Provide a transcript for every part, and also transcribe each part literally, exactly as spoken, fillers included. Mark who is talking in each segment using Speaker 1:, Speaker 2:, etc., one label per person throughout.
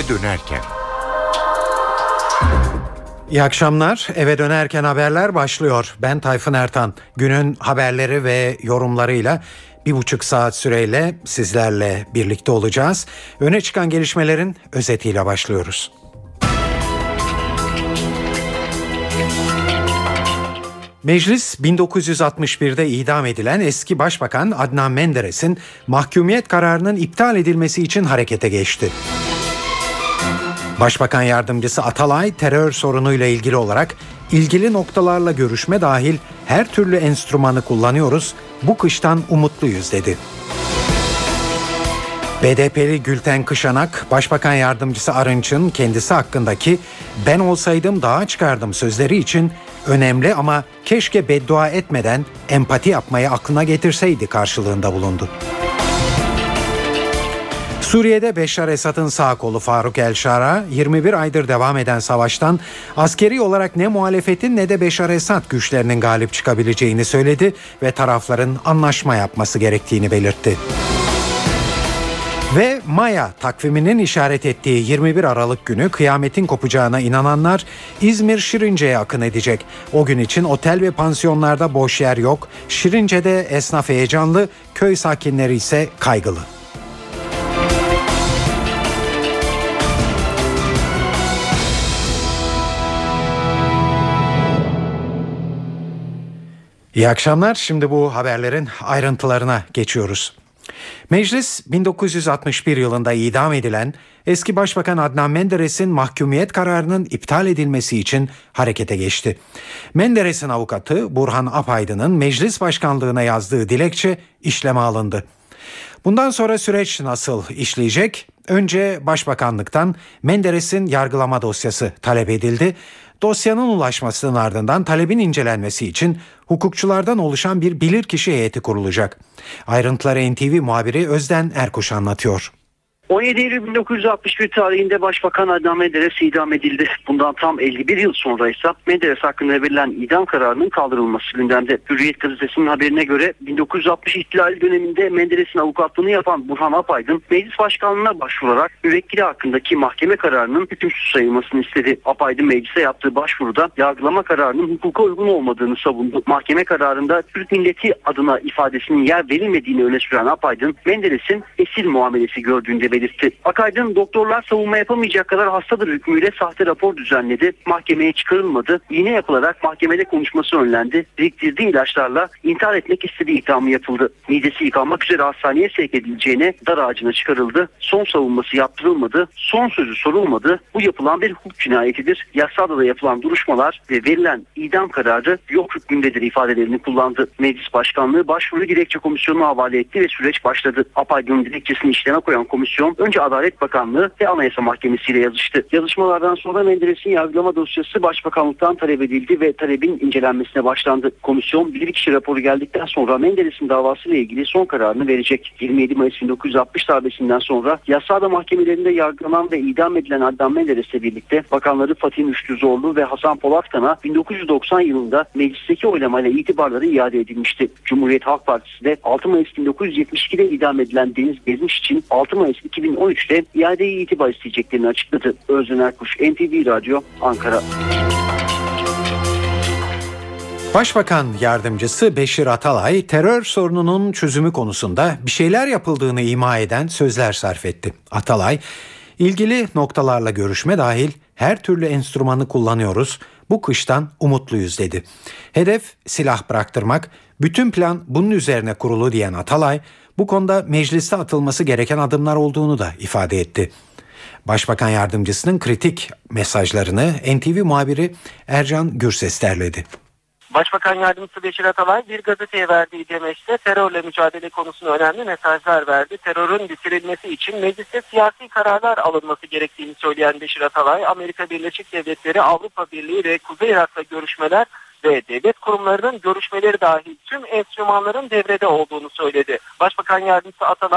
Speaker 1: dönerken.
Speaker 2: İyi akşamlar. Eve dönerken haberler başlıyor. Ben Tayfun Ertan. Günün haberleri ve yorumlarıyla bir buçuk saat süreyle sizlerle birlikte olacağız. Öne çıkan gelişmelerin özetiyle başlıyoruz. Meclis bin dokuz yüz altmış birde idam edilen eski Başbakan Adnan Menderes'in mahkumiyet kararının iptal edilmesi için harekete geçti. Başbakan Yardımcısı Atalay terör sorunuyla ilgili olarak ilgili noktalarla görüşme dahil her türlü enstrümanı kullanıyoruz, bu kıştan umutluyuz dedi. B D P'li Gülten Kışanak, Başbakan Yardımcısı Arınç'ın kendisi hakkındaki "ben olsaydım daha çıkardım" sözleri için önemli ama keşke beddua etmeden empati yapmayı aklına getirseydi karşılığında bulundu. Suriye'de Beşar Esad'ın sağ kolu Faruk El-Şara, yirmi bir aydır devam eden savaştan askeri olarak ne muhalefetin ne de Beşar Esad güçlerinin galip çıkabileceğini söyledi ve tarafların anlaşma yapması gerektiğini belirtti. Ve Maya takviminin işaret ettiği yirmi bir Aralık günü kıyametin kopacağına inananlar İzmir Şirince'ye akın edecek. O gün için otel ve pansiyonlarda boş yer yok. Şirince'de esnaf heyecanlı, köy sakinleri ise kaygılı. İyi akşamlar. Şimdi bu haberlerin ayrıntılarına geçiyoruz. Meclis bin dokuz yüz altmış bir yılında idam edilen eski Başbakan Adnan Menderes'in mahkumiyet kararının iptal edilmesi için harekete geçti. Menderes'in avukatı Burhan Apaydın'ın meclis başkanlığına yazdığı dilekçe işleme alındı. Bundan sonra süreç nasıl işleyecek? Önce Başbakanlıktan Menderes'in yargılama dosyası talep edildi. Dosyanın ulaşmasının ardından talebin incelenmesi için hukukçulardan oluşan bir bilirkişi heyeti kurulacak. Ayrıntıları N T V muhabiri Özden Erkuş anlatıyor.
Speaker 3: on yedi Eylül bin dokuz yüz altmış bir tarihinde Başbakan Adnan Menderes idam edildi. Bundan tam elli bir yıl sonra ise Menderes hakkında verilen idam kararının kaldırılması gündemde. Hürriyet gazetesinin haberine göre bin dokuz yüz altmış ihtilali döneminde Menderes'in avukatlığını yapan Burhan Apaydın meclis başkanlığına başvurarak müvekkili hakkındaki mahkeme kararının hükümsüz sayılmasını istedi. Apaydın meclise yaptığı başvuruda yargılama kararının hukuka uygun olmadığını savundu. Mahkeme kararında Türk milleti adına ifadesinin yer verilmediğini öne süren Apaydın, Menderes'in esir muamelesi gördüğünde belirtti. Akaydın doktorlar savunma yapamayacak kadar hastadır hükmüyle sahte rapor düzenledi. Mahkemeye çıkarılmadı. İğne yapılarak mahkemede konuşması önlendi. Biriktirdiği ilaçlarla intihar etmek istediği ithamı yapıldı. Midesi yıkanmak üzere hastaneye sevk edileceğine dar ağacına çıkarıldı. Son savunması yaptırılmadı. Son sözü sorulmadı. Bu yapılan bir hukuk cinayetidir. Yasada da yapılan duruşmalar ve verilen idam kararı yok hükmündedir ifadelerini kullandı. Meclis Başkanlığı başvuru dilekçe komisyonuna havale etti ve süreç başladı. Apaydın'ın dilekçesini işleme koyan komisyon önce Adalet Bakanlığı ve Anayasa Mahkemesi ile yazıştı. Yazışmalardan sonra Menderes'in yargılama dosyası Başbakanlıktan talep edildi ve talebin incelenmesine başlandı. Komisyon bilirkişi raporu geldikten sonra Menderes'in davasıyla ilgili son kararını verecek. yirmi yedi Mayıs bin dokuz yüz altmış darbesinden sonra yasada mahkemelerinde yargılanan ve idam edilen Adnan Menderes'le birlikte bakanları Fatih Müftü Zorlu ve Hasan Polatkan'a bin dokuz yüz doksan yılında meclisteki oylamayla itibarları iade edilmişti. Cumhuriyet Halk Partisi de altı Mayıs bin dokuz yüz yetmiş ikide idam edilen Deniz Bezmiş için altı Mayıs iki bin on üçte iadeyi itibar isteyeceklerini açıkladı. Özden Erkuş, N T V Radyo, Ankara.
Speaker 2: Başbakan Yardımcısı Beşir Atalay, terör sorununun çözümü konusunda bir şeyler yapıldığını ima eden sözler sarf etti. Atalay, ilgili noktalarla görüşme dahil her türlü enstrümanı kullanıyoruz, bu kıştan umutluyuz dedi. Hedef silah bıraktırmak, bütün plan bunun üzerine kurulu diyen Atalay, bu konuda mecliste atılması gereken adımlar olduğunu da ifade etti. Başbakan Yardımcısının kritik mesajlarını N T V muhabiri Ercan Gürses derledi.
Speaker 4: Başbakan Yardımcısı Beşir Atalay bir gazeteye verdiği demeçte terörle mücadele konusunda önemli mesajlar verdi. Terörün bitirilmesi için mecliste siyasi kararlar alınması gerektiğini söyleyen Beşir Atalay, Amerika Birleşik Devletleri, Avrupa Birliği ve Kuzey Irak'la görüşmeler ve devlet kurumlarının görüşmeleri dahil tüm enstrümanların devrede olduğunu söyledi. Başbakan Yardımcısı Atalay,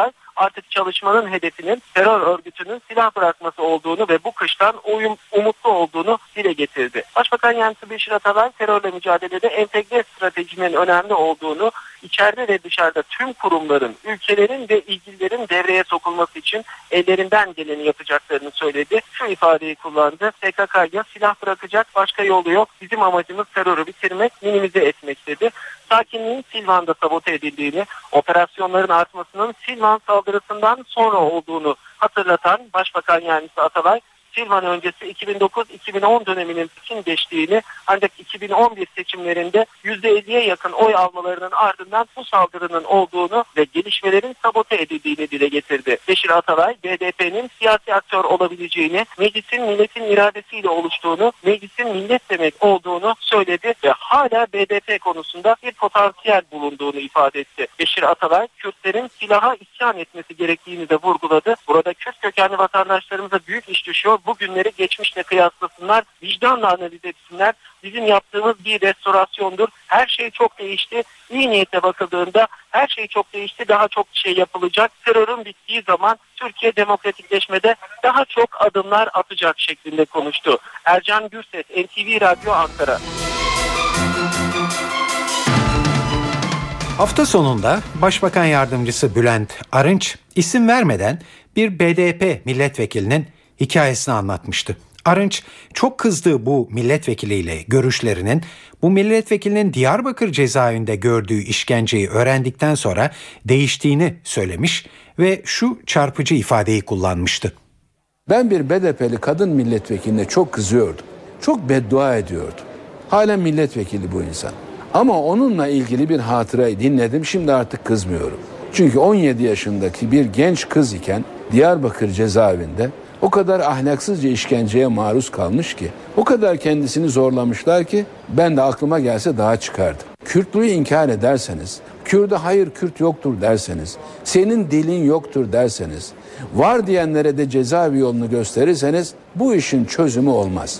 Speaker 4: artık çalışmanın hedefinin terör örgütünün silah bırakması olduğunu ve bu kıştan uyum, umutlu olduğunu dile getirdi. Başbakan Yardımcısı Beşir Atalay terörle mücadelede entegre stratejinin önemli olduğunu, içeride ve dışarıda tüm kurumların, ülkelerin ve ilgililerin devreye sokulması için ellerinden geleni yapacaklarını söyledi. Şu ifadeyi kullandı: P K K'ya silah bırakacak başka yolu yok. Bizim amacımız terörü bitirmek, minimize etmek dedi. Sakinliğin Silvan'da sabote edildiğini, operasyonların artmasının Silvan saldırısından sonra olduğunu hatırlatan Başbakan Yardımcısı Atalay, Silvan öncesi iki bin dokuz iki bin on döneminin için geçtiğini, ancak iki bin on bir seçimlerinde yüzde elliye yakın oy almalarının ardından bu saldırının olduğunu ve gelişmelerin sabote edildiğini dile getirdi. Beşir Atalay, B D P'nin siyasi aktör olabileceğini, meclisin milletin iradesiyle oluştuğunu, meclisin millet demek olduğunu söyledi ve hala B D P konusunda bir potansiyel bulunduğunu ifade etti. Beşir Atalay, Kürtlerin silaha isyan etmesi gerektiğini de vurguladı. Burada Kürt kökenli vatandaşlarımıza büyük iş düşüyor. Bu günleri geçmişle kıyaslasınlar, vicdanla analiz etsinler. Bizim yaptığımız bir restorasyondur. Her şey çok değişti. İyi niyetle bakıldığında her şey çok değişti. Daha çok şey yapılacak. Terörün bittiği zaman Türkiye demokratikleşmede daha çok adımlar atacak şeklinde konuştu. Ercan Gürses, N T V Radyo, Ankara.
Speaker 2: Hafta sonunda Başbakan Yardımcısı Bülent Arınç isim vermeden bir B D P milletvekilinin hikayesini anlatmıştı. Arınç çok kızdığı bu milletvekiliyle görüşlerinin, bu milletvekilinin Diyarbakır cezaevinde gördüğü işkenceyi öğrendikten sonra değiştiğini söylemiş ve şu çarpıcı ifadeyi kullanmıştı.
Speaker 1: Ben bir B D P'li kadın milletvekiline çok kızıyordum. Çok beddua ediyordum. Halen milletvekili bu insan. Ama onunla ilgili bir hatırayı dinledim, şimdi artık kızmıyorum. Çünkü on yedi yaşındaki bir genç kız iken Diyarbakır cezaevinde o kadar ahlaksızca işkenceye maruz kalmış ki, o kadar kendisini zorlamışlar ki ben de aklıma gelse daha çıkardım. Kürtlüğü inkar ederseniz, Kürt'e hayır Kürt yoktur derseniz, senin dilin yoktur derseniz, var diyenlere de cezaevi yolunu gösterirseniz bu işin çözümü olmaz.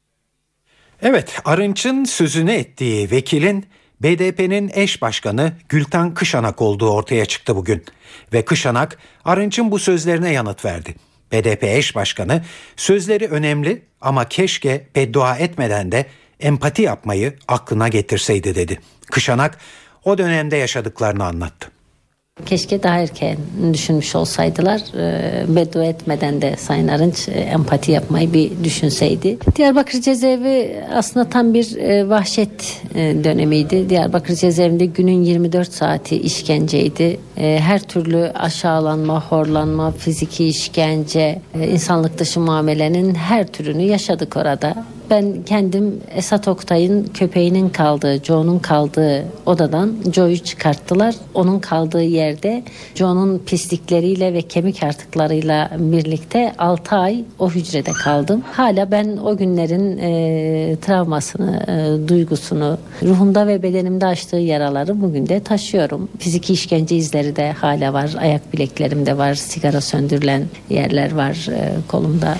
Speaker 2: Evet, Arınç'ın sözünü ettiği vekilin B D P'nin eş başkanı Gültan Kışanak olduğu ortaya çıktı bugün. Ve Kışanak, Arınç'ın bu sözlerine yanıt verdi. B D P eş başkanı, sözleri önemli ama keşke beddua etmeden de empati yapmayı aklına getirseydi dedi. Kışanak o dönemde yaşadıklarını anlattı.
Speaker 5: Keşke daha erken düşünmüş olsaydılar, e, beddua etmeden de Sayın Arınç e, empati yapmayı bir düşünseydi. Diyarbakır cezaevi aslında tam bir e, vahşet e, dönemiydi. Diyarbakır cezaevinde günün yirmi dört saati işkenceydi. E, her türlü aşağılanma, horlanma, fiziki işkence, e, insanlık dışı muamelenin her türünü yaşadık orada. Ben kendim Esat Oktay'ın köpeğinin kaldığı, Joe'nun kaldığı odadan Joe'yu çıkarttılar. Onun kaldığı yerde Joe'nun pislikleriyle ve kemik artıklarıyla birlikte altı ay o hücrede kaldım. Hala ben o günlerin e, travmasını, e, duygusunu, ruhumda ve bedenimde açtığı yaraları bugün de taşıyorum. Fiziki işkence izleri de hala var. Ayak bileklerimde var. Sigara söndürülen yerler var e, kolumda.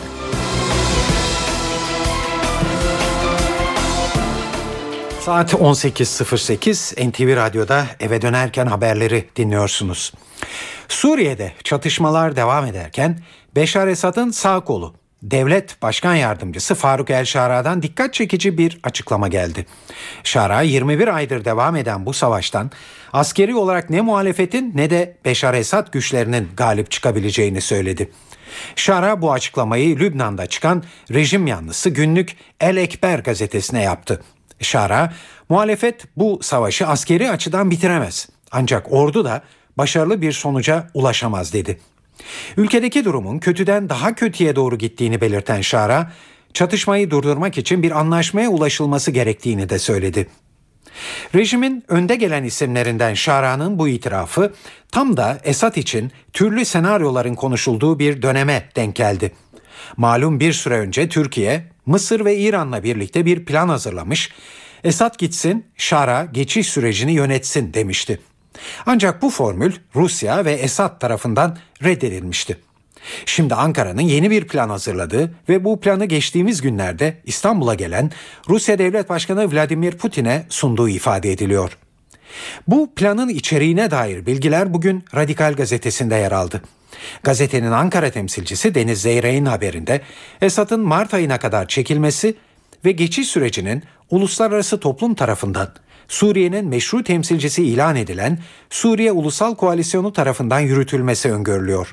Speaker 2: Saat on sekiz sıfır sekiz, N T V Radyo'da eve dönerken haberleri dinliyorsunuz. Suriye'de çatışmalar devam ederken Beşar Esad'ın sağ kolu Devlet Başkan Yardımcısı Faruk El-Şara'dan dikkat çekici bir açıklama geldi. Şara, yirmi bir aydır devam eden bu savaştan askeri olarak ne muhalefetin ne de Beşar Esad güçlerinin galip çıkabileceğini söyledi. Şara bu açıklamayı Lübnan'da çıkan rejim yanlısı günlük El Ekber gazetesine yaptı. Şara, muhalefet bu savaşı askeri açıdan bitiremez. Ancak ordu da başarılı bir sonuca ulaşamaz dedi. Ülkedeki durumun kötüden daha kötüye doğru gittiğini belirten Şara, çatışmayı durdurmak için bir anlaşmaya ulaşılması gerektiğini de söyledi. Rejimin önde gelen isimlerinden Şara'nın bu itirafı tam da Esad için türlü senaryoların konuşulduğu bir döneme denk geldi. Malum bir süre önce Türkiye, Mısır ve İran'la birlikte bir plan hazırlamış, Esad gitsin, Şara geçiş sürecini yönetsin demişti. Ancak bu formül Rusya ve Esad tarafından reddedilmişti. Şimdi Ankara'nın yeni bir plan hazırladığı ve bu planı geçtiğimiz günlerde İstanbul'a gelen Rusya Devlet Başkanı Vladimir Putin'e sunduğu ifade ediliyor. Bu planın içeriğine dair bilgiler bugün Radikal Gazetesi'nde yer aldı. Gazetenin Ankara temsilcisi Deniz Zeyrek'in haberinde Esad'ın Mart ayına kadar çekilmesi ve geçiş sürecinin uluslararası toplum tarafından Suriye'nin meşru temsilcisi ilan edilen Suriye Ulusal Koalisyonu tarafından yürütülmesi öngörülüyor.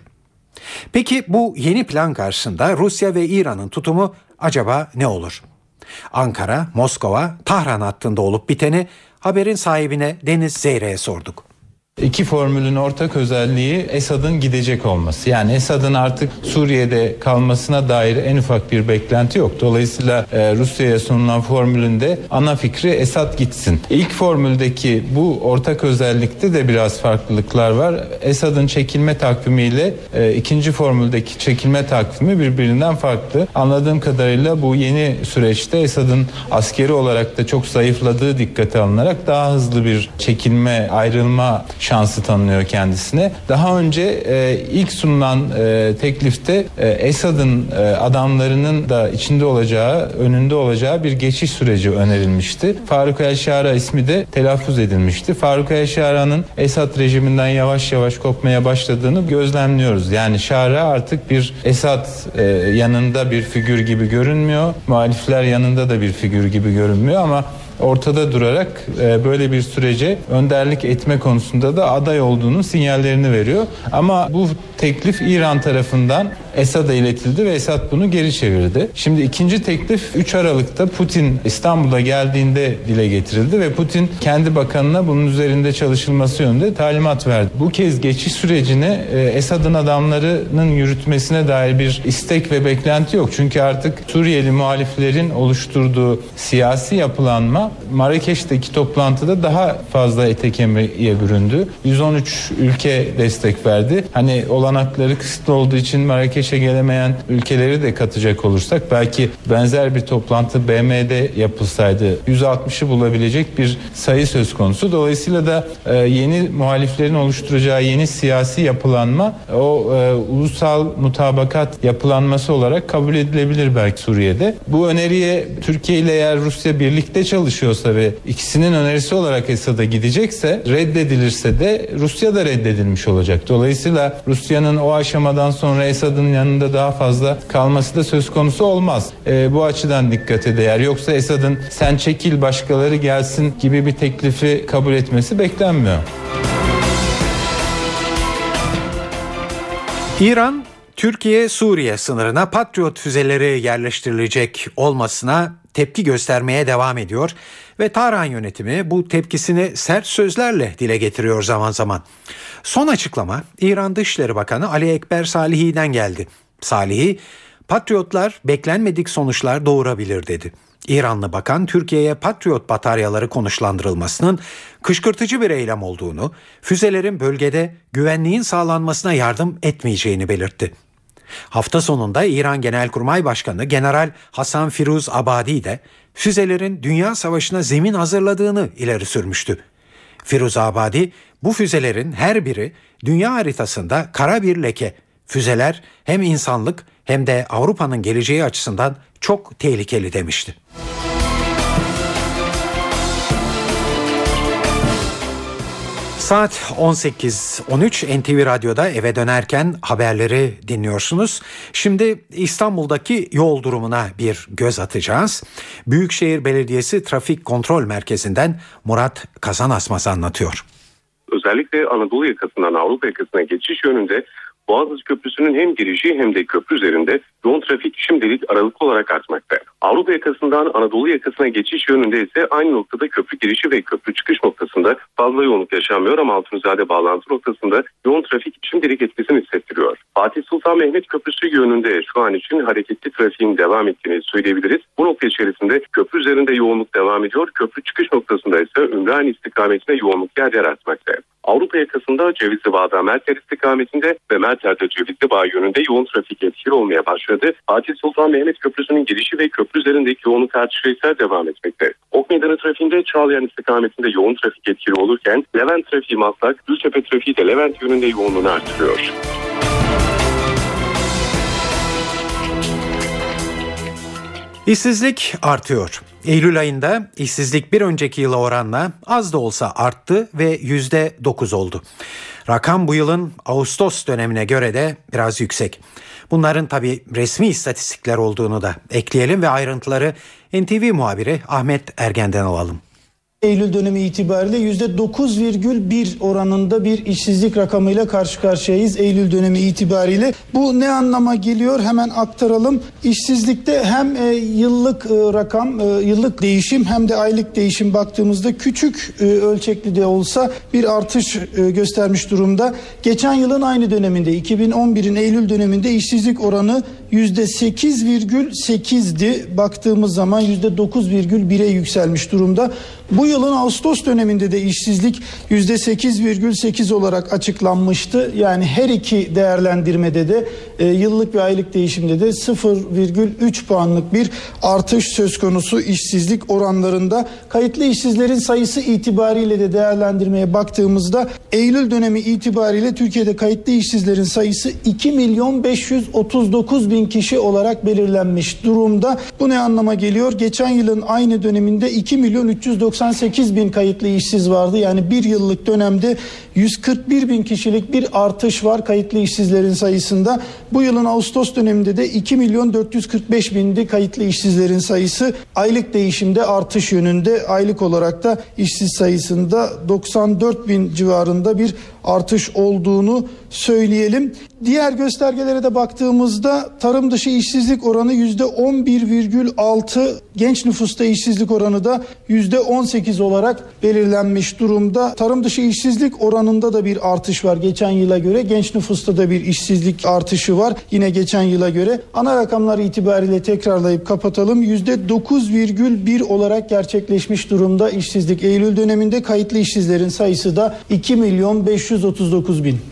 Speaker 2: Peki bu yeni plan karşısında Rusya ve İran'ın tutumu acaba ne olur? Ankara, Moskova, Tahran hattında olup biteni haberin sahibine Deniz Zeyrek'e sorduk.
Speaker 6: İki formülün ortak özelliği Esad'ın gidecek olması. Yani Esad'ın artık Suriye'de kalmasına dair en ufak bir beklenti yok. Dolayısıyla e, Rusya'ya sunulan formülünde ana fikri Esad gitsin. İlk formüldeki bu ortak özellikte de biraz farklılıklar var. Esad'ın çekilme takvimiyle e, ikinci formüldeki çekilme takvimi birbirinden farklı. Anladığım kadarıyla bu yeni süreçte Esad'ın askeri olarak da çok zayıfladığı dikkate alınarak daha hızlı bir çekilme, ayrılma şansı tanınıyor kendisine. Daha önce e, ilk sunulan e, teklifte e, Esad'ın e, adamlarının da içinde olacağı, önünde olacağı bir geçiş süreci önerilmişti. Faruk el-Şara ismi de telaffuz edilmişti. Faruk el-Şara'nın Esad rejiminden yavaş yavaş kopmaya başladığını gözlemliyoruz. Yani Şara artık bir Esad e, yanında bir figür gibi görünmüyor. Muhalifler yanında da bir figür gibi görünmüyor ama ortada durarak e, böyle bir sürece önderlik etme konusunda da aday olduğunun sinyallerini veriyor. Ama bu teklif İran tarafından Esad'a iletildi ve Esad bunu geri çevirdi. Şimdi ikinci teklif üç Aralık'ta Putin İstanbul'a geldiğinde dile getirildi ve Putin kendi bakanına bunun üzerinde çalışılması yönünde talimat verdi. Bu kez geçiş sürecini e, Esad'ın adamlarının yürütmesine dair bir istek ve beklenti yok. Çünkü artık Suriyeli muhaliflerin oluşturduğu siyasi yapılanma Marrakeş'teki toplantıda daha fazla ete kemiğe büründü. yüz on üç ülke destek verdi. Hani olanakları kısıtlı olduğu için Marrakeş'e gelemeyen ülkeleri de katacak olursak belki benzer bir toplantı B M'de yapılsaydı yüz altmışı bulabilecek bir sayı söz konusu. Dolayısıyla da e, yeni muhaliflerin oluşturacağı yeni siyasi yapılanma o e, ulusal mutabakat yapılanması olarak kabul edilebilir belki Suriye'de. Bu öneriye Türkiye ile eğer Rusya birlikte çalışıyorsa ve ikisinin önerisi olarak Esad'a gidecekse, reddedilirse de Rusya da reddedilmiş olacak. Dolayısıyla Rusya'nın o aşamadan sonra Esad'ın yanında daha fazla kalması da söz konusu olmaz. E, bu açıdan dikkate değer. Yoksa Esad'ın sen çekil başkaları gelsin gibi bir teklifi kabul etmesi beklenmiyor.
Speaker 2: İran, Türkiye-Suriye sınırına Patriot füzeleri yerleştirilecek olmasına tepki göstermeye devam ediyor ve Tahran yönetimi bu tepkisini sert sözlerle dile getiriyor zaman zaman. Son açıklama İran Dışişleri Bakanı Ali Ekber Salihi'den geldi. Salihi, Patriotlar beklenmedik sonuçlar doğurabilir dedi. İranlı bakan Türkiye'ye Patriot bataryaları konuşlandırılmasının kışkırtıcı bir eylem olduğunu, füzelerin bölgede güvenliğin sağlanmasına yardım etmeyeceğini belirtti. Hafta sonunda İran Genelkurmay Başkanı General Hasan Firuz Abadi de füzelerin Dünya Savaşı'na zemin hazırladığını ileri sürmüştü. Firuz Abadi, bu füzelerin her biri dünya haritasında kara bir leke. Füzeler hem insanlık hem de Avrupa'nın geleceği açısından çok tehlikeli demişti. Saat on sekiz on üç N T V Radyo'da eve dönerken haberleri dinliyorsunuz. Şimdi İstanbul'daki yol durumuna bir göz atacağız. Büyükşehir Belediyesi Trafik Kontrol Merkezi'nden Murat Kazanasmaz anlatıyor.
Speaker 7: Özellikle Anadolu yakasından Avrupa yakasına geçiş yönünde Boğaziçi Köprüsü'nün hem girişi hem de köprü üzerinde yoğun trafik şimdilik aralıklı olarak artmakta. Avrupa yakasından Anadolu yakasına geçiş yönünde ise aynı noktada köprü girişi ve köprü çıkış noktasında fazla yoğunluk yaşanmıyor ama Altunizade bağlantı noktasında yoğun trafik şimdilik etkisini hissettiriyor. Fatih Sultan Mehmet Köprüsü yönünde şu an için hareketli trafiğin devam ettiğini söyleyebiliriz. Bu nokta içerisinde köprü üzerinde yoğunluk devam ediyor. Köprü çıkış noktasında ise Ümraniye istikametine yoğunluk yer yer artmakta. Avrupa yakasında Cevizli Bağ'da Merter istikametinde ve Merter'de Cevizli Bağ yönünde yoğun trafik etkili olmaya başladı. Fatih Sultan Mehmet Köprüsü'nün girişi ve köprü üzerindeki yoğunluk artışı ise devam etmekte. Ok Meydanı trafiğinde Çağlayan istikametinde yoğun trafik etkili olurken Levent trafiği Maslak, Gültepe trafiği de Levent yönünde yoğunluğunu artırıyor.
Speaker 2: İşsizlik artıyor. Eylül ayında işsizlik bir önceki yıla oranla az da olsa arttı ve yüzde dokuz oldu. Rakam bu yılın Ağustos dönemine göre de biraz yüksek. Bunların tabii resmi istatistikler olduğunu da ekleyelim ve ayrıntıları N T V muhabiri Ahmet Ergen'den alalım.
Speaker 8: Eylül dönemi itibariyle yüzde dokuz virgül bir oranında bir işsizlik rakamıyla karşı karşıyayız Eylül dönemi itibariyle. Bu ne anlama geliyor? Hemen aktaralım. İşsizlikte hem e, yıllık e, rakam, e, yıllık değişim hem de aylık değişim baktığımızda küçük e, ölçekli de olsa bir artış e, göstermiş durumda. Geçen yılın aynı döneminde iki bin on birin Eylül döneminde işsizlik oranı yüzde sekiz virgül sekizdi. Baktığımız zaman yüzde dokuz virgül bire yükselmiş durumda. Bu yılın Ağustos döneminde de işsizlik yüzde sekiz virgül sekiz olarak açıklanmıştı. Yani her iki değerlendirmede de e, yıllık ve aylık değişimde de sıfır virgül üç puanlık bir artış söz konusu işsizlik oranlarında. Kayıtlı işsizlerin sayısı itibariyle de değerlendirmeye baktığımızda Eylül dönemi itibariyle Türkiye'de kayıtlı işsizlerin sayısı iki milyon beş yüz otuz dokuz bin kişi olarak belirlenmiş durumda. Bu ne anlama geliyor? Geçen yılın aynı döneminde iki milyon üç yüz doksan sekiz bin kayıtlı işsiz vardı. Yani bir yıllık dönemde yüz kırk bir bin kişilik bir artış var kayıtlı işsizlerin sayısında. Bu yılın Ağustos döneminde de iki milyon dört yüz kırk beş bindi kayıtlı işsizlerin sayısı. Aylık değişimde artış yönünde. Aylık olarak da işsiz sayısında doksan dört bin civarında bir artış olduğunu söyleyelim. Diğer göstergelere de baktığımızda tarım dışı işsizlik oranı yüzde on bir virgül altı, genç nüfusta işsizlik oranı da yüzde on sekiz olarak belirlenmiş durumda. Tarım dışı işsizlik oranında da bir artış var geçen yıla göre. Genç nüfusta da bir işsizlik artışı var yine geçen yıla göre. Ana rakamlar itibariyle tekrarlayıp kapatalım. yüzde dokuz virgül bir olarak gerçekleşmiş durumda işsizlik. Eylül döneminde kayıtlı işsizlerin sayısı da iki milyon beş yüz otuz dokuz bin.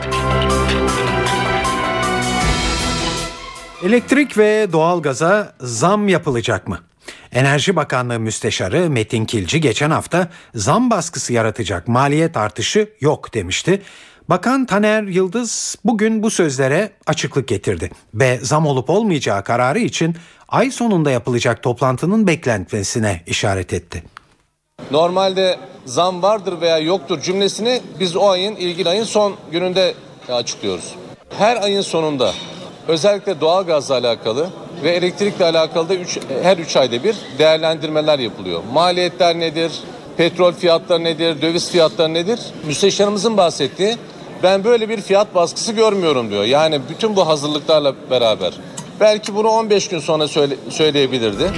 Speaker 2: Elektrik ve doğalgaza zam yapılacak mı? Enerji Bakanlığı Müsteşarı Metin Kilci geçen hafta zam baskısı yaratacak maliyet artışı yok demişti. Bakan Taner Yıldız bugün bu sözlere açıklık getirdi ve zam olup olmayacağı kararı için ay sonunda yapılacak toplantının beklenmesine işaret etti.
Speaker 9: Normalde zam vardır veya yoktur cümlesini biz o ayın ilgili ayın son gününde açıklıyoruz. Her ayın sonunda özellikle doğalgazla alakalı ve elektrikle alakalı da üç, her üç ayda bir değerlendirmeler yapılıyor. Maliyetler nedir? Petrol fiyatları nedir? Döviz fiyatları nedir? Müsteşarımızın bahsettiği ben böyle bir fiyat baskısı görmüyorum diyor. Yani bütün bu hazırlıklarla beraber. Belki bunu on beş gün sonra söyle, söyleyebilirdi.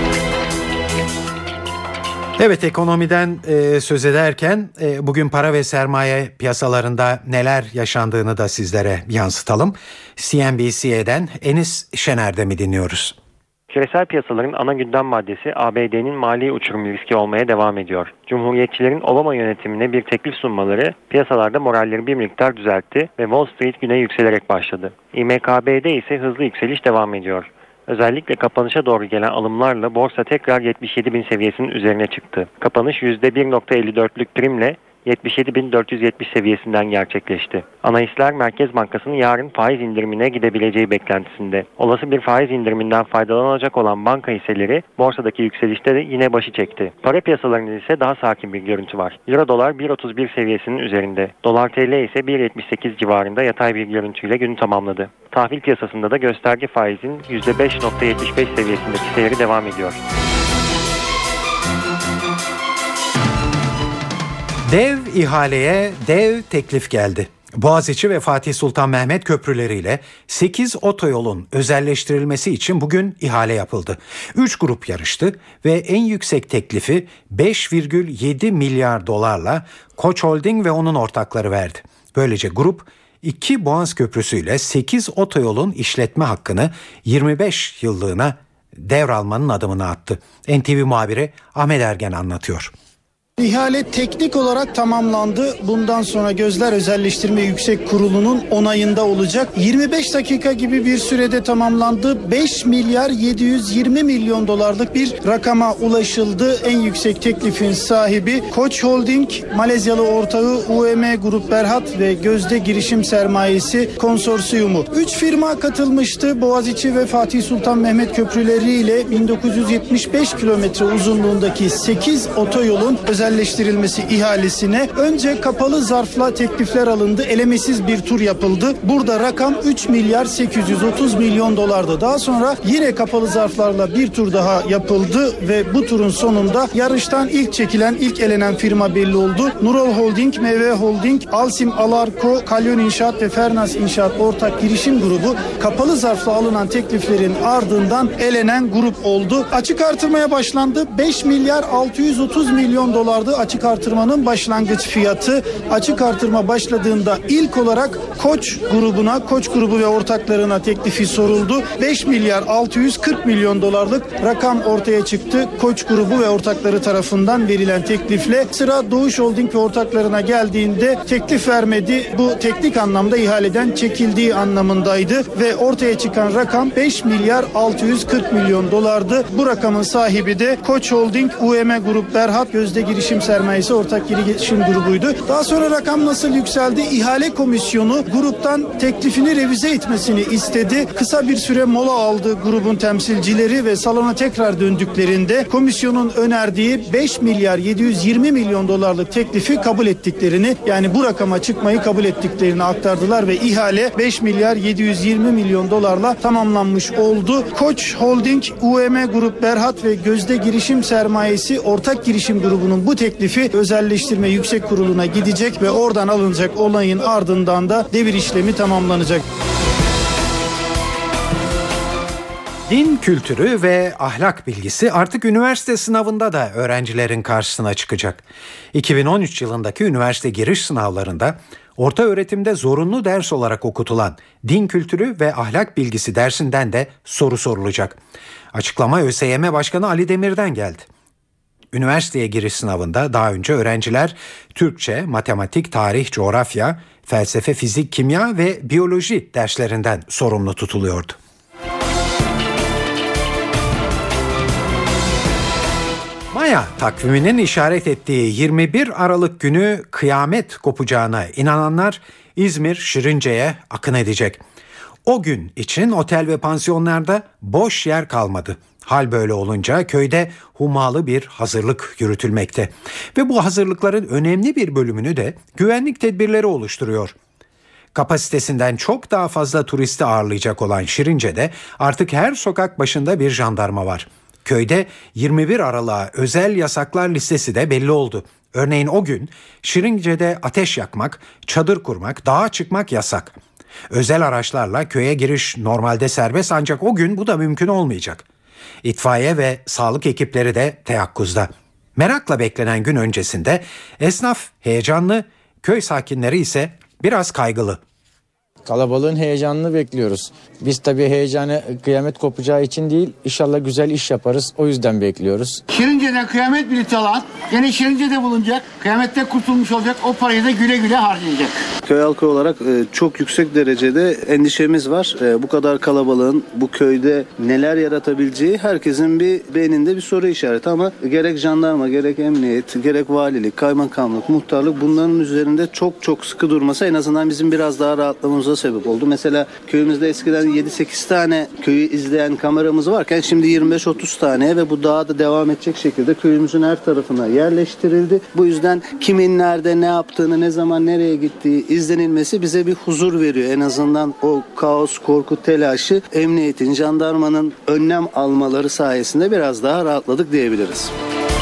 Speaker 2: Evet, ekonomiden e, söz ederken e, bugün para ve sermaye piyasalarında neler yaşandığını da sizlere yansıtalım. C N B C'den Enis Şener'de dinliyoruz.
Speaker 10: Küresel piyasaların ana gündem maddesi A B D'nin mali uçurum riski olmaya devam ediyor. Cumhuriyetçilerin Obama yönetimine bir teklif sunmaları piyasalarda moralleri bir miktar düzeltti ve Wall Street güne yükselerek başladı. İ M K B'de ise hızlı yükseliş devam ediyor. Özellikle kapanışa doğru gelen alımlarla borsa tekrar yetmiş yedi bin seviyesinin üzerine çıktı. Kapanış yüzde bir virgül elli dörtlük primle yetmiş yedi bin dört yüz yetmiş seviyesinden gerçekleşti. Analistler Merkez Bankası'nın yarın faiz indirimine gidebileceği beklentisinde. Olası bir faiz indiriminden faydalanacak olan banka hisseleri borsadaki yükselişte de yine başı çekti. Para piyasalarında ise daha sakin bir görüntü var. Euro dolar bir virgül otuz bir seviyesinin üzerinde. Dolar T L ise bir virgül yetmiş sekiz civarında yatay bir görüntüyle günü tamamladı. Tahvil piyasasında da gösterge faizin yüzde beş virgül yetmiş beş seviyesindeki seyri devam ediyor.
Speaker 2: Dev ihaleye dev teklif geldi. Boğaziçi ve Fatih Sultan Mehmet köprüleriyle sekiz otoyolun özelleştirilmesi için bugün ihale yapıldı. üç grup yarıştı ve en yüksek teklifi beş virgül yedi milyar dolarla Koç Holding ve onun ortakları verdi. Böylece grup iki Boğaz Köprüsü ile sekiz otoyolun işletme hakkını yirmi beş yıllığına devralmanın adımını attı. N T V muhabiri Ahmet Ergen anlatıyor.
Speaker 8: İhale teknik olarak tamamlandı. Bundan sonra Gözler Özelleştirme Yüksek Kurulu'nun onayında olacak. yirmi beş dakika gibi bir sürede tamamlandı. beş milyar yedi yüz yirmi milyon dolarlık bir rakama ulaşıldı. En yüksek teklifin sahibi Koç Holding, Malezyalı ortağı U E M Grup Berhad ve Gözde Girişim Sermayesi Konsorsiyumu. Üç firma katılmıştı. Boğaziçi ve Fatih Sultan Mehmet köprüleri ile bin dokuz yüz yetmiş beş kilometre uzunluğundaki sekiz otoyolun özelleştirilmesi ihalesine önce kapalı zarfla teklifler alındı. Elemesiz bir tur yapıldı. Burada rakam üç milyar sekiz yüz otuz milyon dolardı. Daha sonra yine kapalı zarflarla bir tur daha yapıldı ve bu turun sonunda yarıştan ilk çekilen, ilk elenen firma belli oldu. Nurol Holding, M V Holding, Alsim Alarko, Kalyon İnşaat ve Fernas İnşaat ortak girişim grubu kapalı zarfla alınan tekliflerin ardından elenen grup oldu. Açık artırmaya başlandı. beş milyar altı yüz otuz milyon dolardı açık artırmanın başlangıç fiyatı. Açık artırma başladığında ilk olarak Koç grubuna, Koç grubu ve ortaklarına teklifi soruldu. beş milyar altı yüz kırk milyon dolarlık rakam ortaya çıktı. Koç grubu ve ortakları tarafından verilen teklifle sıra Doğuş Holding ve ortaklarına geldiğinde teklif vermedi. Bu teknik anlamda ihaleden çekildiği anlamındaydı ve ortaya çıkan rakam beş milyar altı yüz kırk milyon dolardı. Bu rakamın sahibi de Koç Holding, U E M Grup Berhad, Gözde Girişim Sermayesi ortak girişim grubuydu. Daha sonra rakam nasıl yükseldi? İhale komisyonu gruptan teklifini revize etmesini istedi. Kısa bir süre mola aldı grubun temsilcileri ve salona tekrar döndüklerinde komisyonun önerdiği beş milyar yedi yüz yirmi milyon dolarlık teklifi kabul ettiklerini, yani bu rakama çıkmayı kabul ettiklerini aktardılar ve ihale beş milyar yedi yüz yirmi milyon dolarla tamamlanmış oldu. Koç Holding, U E M Grup Berhad ve Gözde Girişim Sermayesi ortak girişim grubunun bu teklifi Özelleştirme Yüksek Kurulu'na gidecek ve oradan alınacak olayın ardından da devir işlemi tamamlanacak.
Speaker 2: Din kültürü ve ahlak bilgisi artık üniversite sınavında da öğrencilerin karşısına çıkacak. iki bin on üç yılındaki üniversite giriş sınavlarında orta öğretimde zorunlu ders olarak okutulan din kültürü ve ahlak bilgisi dersinden de soru sorulacak. Açıklama ÖSYM Başkanı Ali Demir'den geldi. Üniversiteye giriş sınavında daha önce öğrenciler Türkçe, matematik, tarih, coğrafya, felsefe, fizik, kimya ve biyoloji derslerinden sorumlu tutuluyordu. Maya takviminin işaret ettiği yirmi bir Aralık günü kıyamet kopacağına inananlar İzmir Şirince'ye akın edecek. O gün için otel ve pansiyonlarda boş yer kalmadı. Hal böyle olunca köyde hummalı bir hazırlık yürütülmekte. Ve bu hazırlıkların önemli bir bölümünü de güvenlik tedbirleri oluşturuyor. Kapasitesinden çok daha fazla turisti ağırlayacak olan Şirince'de artık her sokak başında bir jandarma var. Köyde yirmi bir Aralık'a özel yasaklar listesi de belli oldu. Örneğin o gün Şirince'de ateş yakmak, çadır kurmak, dağa çıkmak yasak. Özel araçlarla köye giriş normalde serbest, ancak o gün bu da mümkün olmayacak. İtfaiye ve sağlık ekipleri de teyakkuzda. Merakla beklenen gün öncesinde esnaf heyecanlı, köy sakinleri ise biraz kaygılı.
Speaker 11: Kalabalığın heyecanını bekliyoruz. Biz tabii heyecanı kıyamet kopacağı için değil, inşallah güzel iş yaparız. O yüzden bekliyoruz.
Speaker 12: Şirince'den kıyamet bileti alan gene Şirince'de bulunacak. Kıyamette kurtulmuş olacak. O parayı da güle güle harcayacak.
Speaker 13: Köy halkı olarak çok yüksek derecede endişemiz var. Bu kadar kalabalığın bu köyde neler yaratabileceği herkesin bir beyninde bir soru işareti, ama gerek jandarma, gerek emniyet, gerek valilik, kaymakamlık, muhtarlık bunların üzerinde çok çok sıkı durması en azından bizim biraz daha rahatlamamıza sebep oldu. Mesela köyümüzde eskiden yedi sekiz tane köyü izleyen kameramız varken şimdi yirmi beş otuz tane ve bu daha da devam edecek şekilde köyümüzün her tarafına yerleştirildi. Bu yüzden kimin nerede ne yaptığını, ne zaman nereye gittiği izlenilmesi bize bir huzur veriyor. En azından o kaos, korku, telaşı emniyetin, jandarmanın önlem almaları sayesinde biraz daha rahatladık diyebiliriz.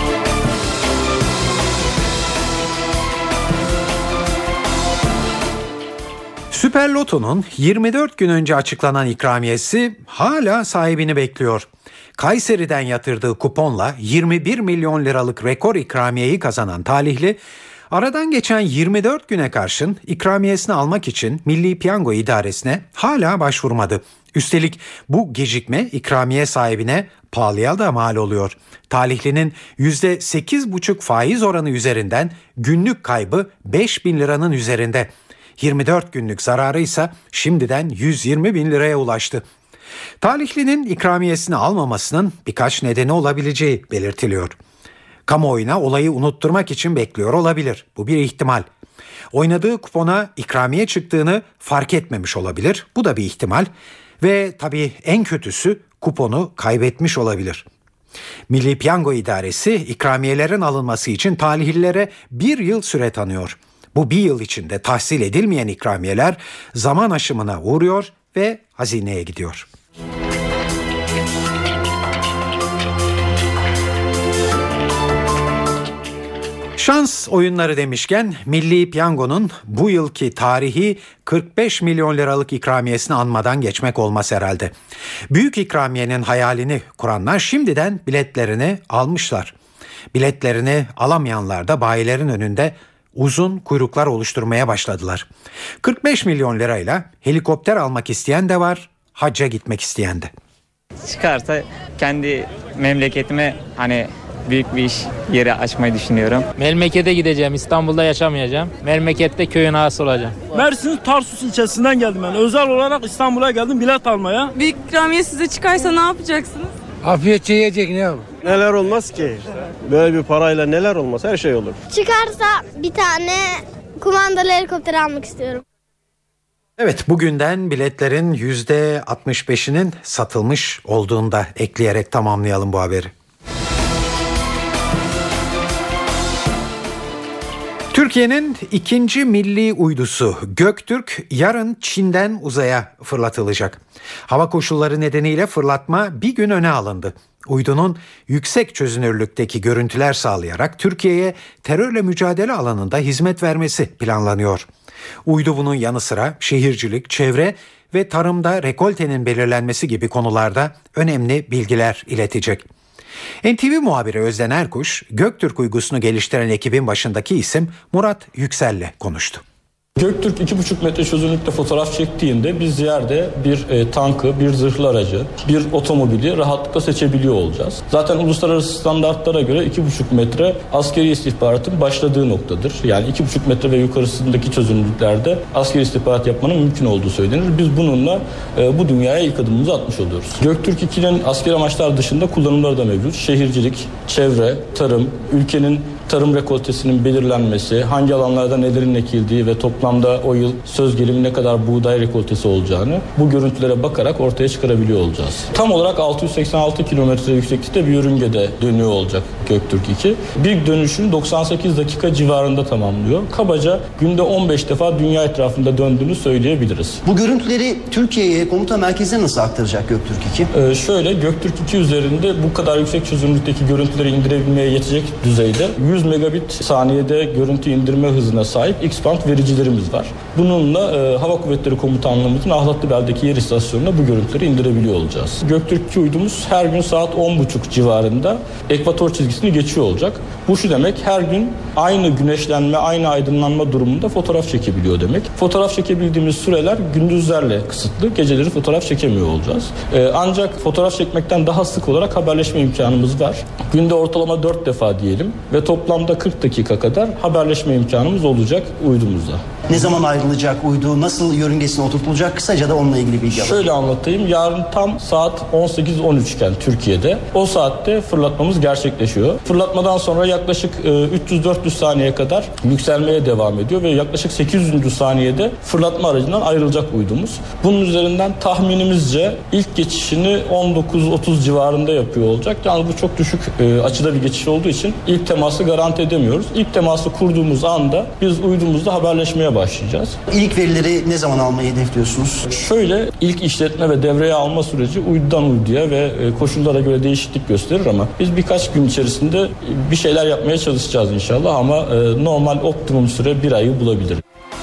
Speaker 2: Süper Loto'nun yirmi dört gün önce açıklanan ikramiyesi hala sahibini bekliyor. Kayseri'den yatırdığı kuponla yirmi bir milyon liralık rekor ikramiyeyi kazanan talihli Aradan geçen yirmi dört güne karşın ikramiyesini almak için Milli Piyango İdaresi'ne hala başvurmadı. Üstelik bu gecikme ikramiye sahibine pahalıya da mal oluyor. Talihlinin yüzde sekiz buçuk faiz oranı üzerinden günlük kaybı beş bin liranın üzerinde. yirmi dört günlük zararı ise şimdiden yüz yirmi bin liraya ulaştı. Talihlinin ikramiyesini almamasının birkaç nedeni olabileceği belirtiliyor. Kamuoyuna olayı unutturmak için bekliyor olabilir. Bu bir ihtimal. Oynadığı kupona ikramiye çıktığını fark etmemiş olabilir. Bu da bir ihtimal. Ve tabii en kötüsü kuponu kaybetmiş olabilir. Milli Piyango İdaresi ikramiyelerin alınması için talihlilere bir yıl süre tanıyor. Bu bir yıl içinde tahsil edilmeyen ikramiyeler zaman aşımına uğruyor ve hazineye gidiyor. Şans oyunları demişken Milli Piyango'nun bu yılki tarihi kırk beş milyon liralık ikramiyesini anmadan geçmek olmaz herhalde. Büyük ikramiyenin hayalini kuranlar şimdiden biletlerini almışlar. Biletlerini alamayanlar da bayilerin önünde uzun kuyruklar oluşturmaya başladılar. kırk beş milyon lirayla helikopter almak isteyen de var, hacca gitmek isteyen de.
Speaker 14: Çıkarsa kendi memleketime hani büyük bir iş yeri açmayı düşünüyorum.
Speaker 15: Memlekete gideceğim. İstanbul'da yaşamayacağım. Memlekette köyün ağası olacağım.
Speaker 16: Mersin Tarsus ilçesinden geldim ben. Özel olarak İstanbul'a geldim bilet almaya.
Speaker 17: Büyük ikramiye size çıkarsa ne yapacaksınız?
Speaker 18: Afiyet yiyecek ne olur?
Speaker 16: Neler olmaz ki? Böyle bir parayla neler olmaz? Her şey olur.
Speaker 19: Çıkarsa bir tane kumandalı helikopter almak istiyorum.
Speaker 2: Evet, bugünden biletlerin yüzde altmış beşinin satılmış olduğunu da ekleyerek tamamlayalım bu haberi. Türkiye'nin ikinci milli uydusu Göktürk yarın Çin'den uzaya fırlatılacak. Hava koşulları nedeniyle fırlatma bir gün öne alındı. Uydunun yüksek çözünürlükteki görüntüler sağlayarak Türkiye'ye terörle mücadele alanında hizmet vermesi planlanıyor. Uydu bunun yanı sıra şehircilik, çevre ve tarımda rekoltenin belirlenmesi gibi konularda önemli bilgiler iletecek. N T V muhabiri Özden Erkuş, Göktürk uygusunu geliştiren ekibin başındaki isim Murat Yüksel'le konuştu.
Speaker 20: Göktürk iki buçuk metre çözünürlükte fotoğraf çektiğinde biz yerde bir e, tankı, bir zırhlı aracı, bir otomobili rahatlıkla seçebiliyor olacağız. Zaten uluslararası standartlara göre iki buçuk metre askeri istihbaratın başladığı noktadır. Yani iki buçuk metre ve yukarısındaki çözünürlüklerde askeri istihbarat yapmanın mümkün olduğu söylenir. Biz bununla e, bu dünyaya ilk adımımızı atmış oluyoruz. Göktürk iki'nin askeri amaçlar dışında kullanımları da mevcut. Şehircilik, çevre, tarım, ülkenin tarım rekoltesinin belirlenmesi, hangi alanlarda nelerin ekildiği ve toplamda o yıl söz gelimi ne kadar buğday rekoltesi olacağını bu görüntülere bakarak ortaya çıkarabiliyor olacağız. Tam olarak altı yüz seksen altı kilometre yükseklikte bir yörüngede dönüyor olacak Göktürk iki. Bir dönüşün doksan sekiz dakika civarında tamamlıyor. Kabaca günde on beş defa dünya etrafında döndüğünü söyleyebiliriz.
Speaker 21: Bu görüntüleri Türkiye'ye komuta merkezine nasıl aktaracak Göktürk iki?
Speaker 20: Ee, şöyle Göktürk iki üzerinde bu kadar yüksek çözünürlükteki görüntüleri indirebilmeye yetecek düzeyde yüz megabit saniyede görüntü indirme hızına sahip X-band vericilerimiz var. Bununla e, Hava Kuvvetleri Komutanlığımızın Ahlatlıbel'deki yer istasyonuna bu görüntüleri indirebiliyor olacağız. Göktürk iki uydumuz her gün saat on buçuk civarında ekvator çizgisini geçiyor olacak. Bu şu demek, her gün aynı güneşlenme, aynı aydınlanma durumunda fotoğraf çekebiliyor demek. Fotoğraf çekebildiğimiz süreler gündüzlerle kısıtlı, geceleri fotoğraf çekemiyor olacağız. E, ancak fotoğraf çekmekten daha sık olarak haberleşme imkanımız var. Günde ortalama dört defa diyelim ve toplamda kırk dakika kadar haberleşme imkanımız olacak uydumuzda.
Speaker 21: Ne zaman ayrılacak uydu, nasıl yörüngesine oturtulacak, kısaca da onunla ilgili bilgi alalım.
Speaker 20: Şöyle anlatayım, yarın tam saat on sekiz on üç iken Türkiye'de o saatte fırlatmamız gerçekleşiyor. Fırlatmadan sonra yaklaşık üç yüz dört yüz saniye kadar yükselmeye devam ediyor ve yaklaşık sekiz yüzüncü saniyede fırlatma aracından ayrılacak uydumuz. Bunun üzerinden tahminimizce ilk geçişini on dokuz otuz civarında yapıyor olacak. Yani bu çok düşük e, açıda bir geçiş olduğu için ilk teması garanti edemiyoruz. İlk teması kurduğumuz anda biz uydumuzla haberleşmeye başlayacağız.
Speaker 21: İlk verileri ne zaman almayı hedefliyorsunuz?
Speaker 20: Şöyle, ilk işletme ve devreye alma süreci uydudan uyduya ve koşullara göre değişiklik gösterir ama biz birkaç gün içerisinde bir şeyler yapmaya çalışacağız inşallah ama normal optimum süre bir ayı bulabilir.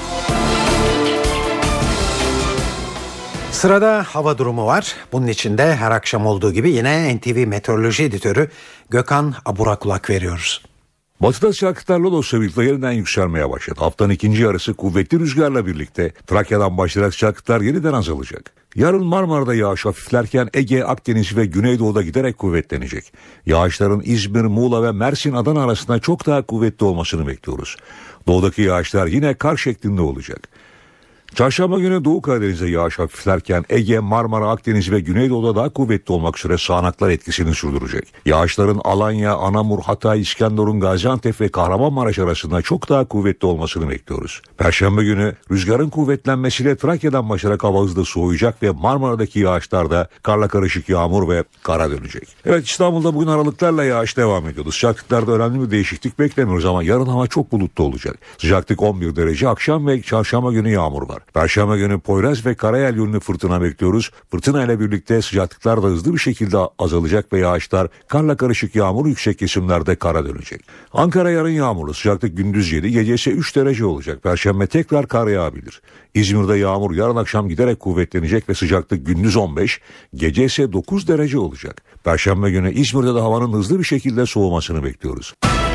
Speaker 2: Sırada hava durumu var. Bunun için de her akşam olduğu gibi yine N T V Meteoroloji Editörü Gökhan Abur'a kulak veriyoruz.
Speaker 3: Batıda sıcaklıklar Lodos birlikte yeniden yükselmeye başladı. Haftanın ikinci yarısı kuvvetli rüzgarla birlikte Trakya'dan başlayarak sıcaklıklar yeniden azalacak. Yarın Marmara'da yağış hafiflerken Ege, Akdeniz ve Güneydoğu'da giderek kuvvetlenecek. Yağışların İzmir, Muğla ve Mersin, Adana arasında çok daha kuvvetli olmasını bekliyoruz. Doğudaki yağışlar yine kar şeklinde olacak. Çarşamba günü Doğu Karadeniz'de yağış hafiflerken Ege, Marmara, Akdeniz ve Güneydoğu'da daha kuvvetli olmak üzere sağanaklar etkisini sürdürecek. Yağışların Alanya, Anamur, Hatay, İskenderun, Gaziantep ve Kahramanmaraş arasında çok daha kuvvetli olmasını bekliyoruz. Perşembe günü rüzgarın kuvvetlenmesiyle Trakya'dan başlayarak hava hızla soğuyacak ve Marmara'daki yağışlarda karla karışık yağmur ve kara dönecek. Evet, İstanbul'da bugün aralıklarla yağış devam ediyordu. Sıcaklıklarda önemli bir değişiklik beklemiyoruz ama yarın hava çok bulutlu olacak. Sıcaklık on bir derece, akşam ve çarşamba günü yağmur var. Perşembe günü Poyraz ve Karayel yönlü fırtına bekliyoruz. Fırtına ile birlikte sıcaklıklar da hızlı bir şekilde azalacak ve yağışlar karla karışık yağmur yüksek kesimlerde kara dönecek. Ankara yarın yağmurlu, sıcaklık gündüz yedi, gece ise üç derece olacak. Perşembe tekrar kar yağabilir. İzmir'de yağmur yarın akşam giderek kuvvetlenecek ve sıcaklık gündüz on beş, gece ise dokuz derece olacak. Perşembe günü İzmir'de de havanın hızlı bir şekilde soğumasını bekliyoruz.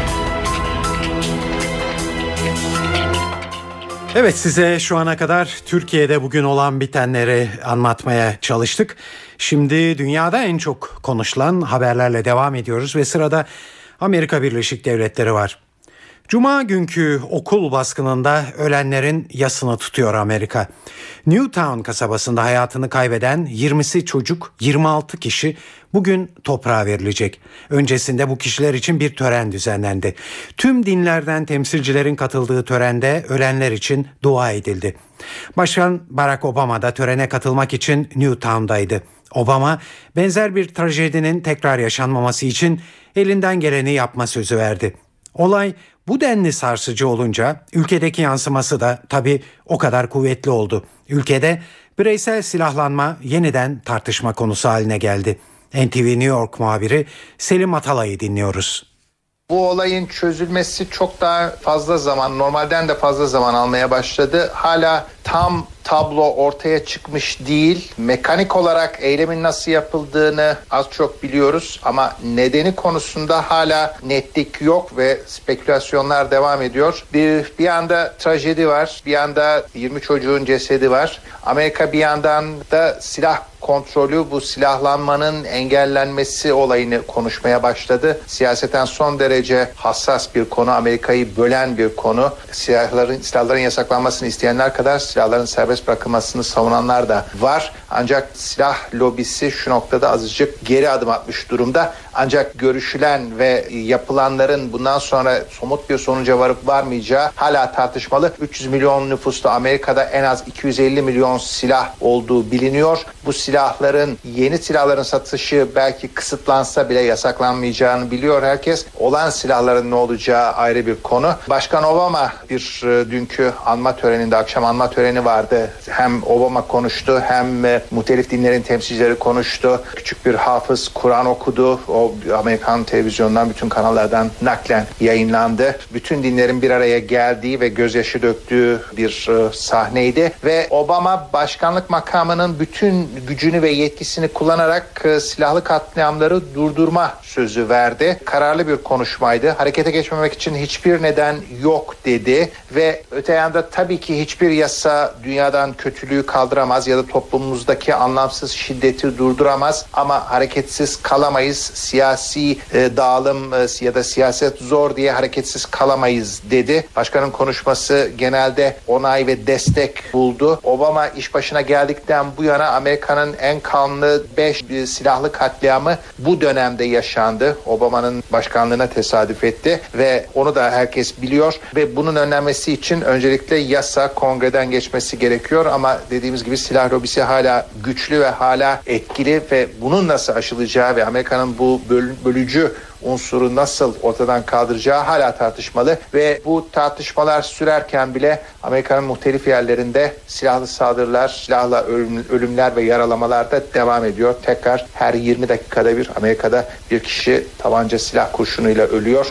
Speaker 2: Evet, size şu ana kadar Türkiye'de bugün olan bitenleri anlatmaya çalıştık. Şimdi dünyada en çok konuşulan haberlerle devam ediyoruz ve sırada Amerika Birleşik Devletleri var. Cuma günkü okul baskınında ölenlerin yasını tutuyor Amerika. Newtown kasabasında hayatını kaybeden yirmisi çocuk, yirmi altı kişi bugün toprağa verilecek. Öncesinde bu kişiler için bir tören düzenlendi. Tüm dinlerden temsilcilerin katıldığı törende ölenler için dua edildi. Başkan Barack Obama da törene katılmak için Newtown'daydı. Obama benzer bir trajedinin tekrar yaşanmaması için elinden geleni yapma sözü verdi. Olay bu denli sarsıcı olunca ülkedeki yansıması da tabii o kadar kuvvetli oldu. Ülkede bireysel silahlanma yeniden tartışma konusu haline geldi. N T V New York muhabiri Selim Atalay'ı dinliyoruz.
Speaker 22: Bu olayın çözülmesi çok daha fazla zaman, normalden de fazla zaman almaya başladı. Hala tam tablo ortaya çıkmış değil. Mekanik olarak eylemin nasıl yapıldığını az çok biliyoruz ama nedeni konusunda hala netlik yok ve spekülasyonlar devam ediyor. Bir, bir yanda trajedi var, bir yanda yirmi çocuğun cesedi var. Amerika bir yandan da silah kontrolü, bu silahlanmanın engellenmesi olayını konuşmaya başladı. Siyaseten son derece hassas bir konu, Amerika'yı bölen bir konu. Silahların, silahların yasaklanmasını isteyenler kadar silahların serbest bırakılmasını savunanlar da var. Ancak silah lobisi şu noktada azıcık geri adım atmış durumda. Ancak görüşülen ve yapılanların bundan sonra somut bir sonuca varıp varmayacağı hala tartışmalı. üç yüz milyon nüfuslu Amerika'da en az iki yüz elli milyon silah olduğu biliniyor. Bu silahların, yeni silahların satışı belki kısıtlansa bile yasaklanmayacağını biliyor herkes. Olan silahların ne olacağı ayrı bir konu. Başkan Obama bir e, dünkü anma töreninde, akşam anma töreni vardı. Hem Obama konuştu hem e, muhtelif dinlerin temsilcileri konuştu. Küçük bir hafız Kur'an okudu. O Amerikan televizyondan, bütün kanallardan naklen yayınlandı. Bütün dinlerin bir araya geldiği ve gözyaşı döktüğü bir e, sahneydi. Ve Obama başkanlık makamının bütün gücünü ve yetkisini kullanarak e, silahlı katliamları durdurma sözü verdi. Kararlı bir konuşmaydı. Harekete geçmemek için hiçbir neden yok dedi ve öte yanda tabii ki hiçbir yasa dünyadan kötülüğü kaldıramaz ya da toplumumuzdaki anlamsız şiddeti durduramaz ama hareketsiz kalamayız. Siyasi e, dağılım e, ya da siyaset zor diye hareketsiz kalamayız dedi. Başkanın konuşması genelde onay ve destek buldu. Obama iş başına geldikten bu yana Amerika'nın en kanlı beş silahlı katliamı bu dönemde yaşandı. Obama'nın başkanlığına tesadüf etti ve onu da herkes biliyor ve bunun önlenmesi için öncelikle yasa kongreden geçmesi gerekiyor ama dediğimiz gibi silah lobisi hala güçlü ve hala etkili ve bunun nasıl aşılacağı ve Amerika'nın bu böl- bölücü unsuru nasıl ortadan kaldıracağı hala tartışmalı ve bu tartışmalar sürerken bile Amerika'nın muhtelif yerlerinde silahlı saldırılar, silahla ölüm, ölümler ve yaralamalar da devam ediyor. Tekrar her yirmi dakikada bir Amerika'da bir kişi tabanca silah kurşunuyla ölüyor.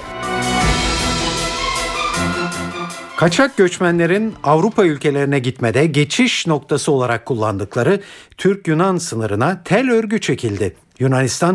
Speaker 2: Kaçak göçmenlerin Avrupa ülkelerine gitmede geçiş noktası olarak kullandıkları Türk-Yunan sınırına tel örgü çekildi. Yunanistan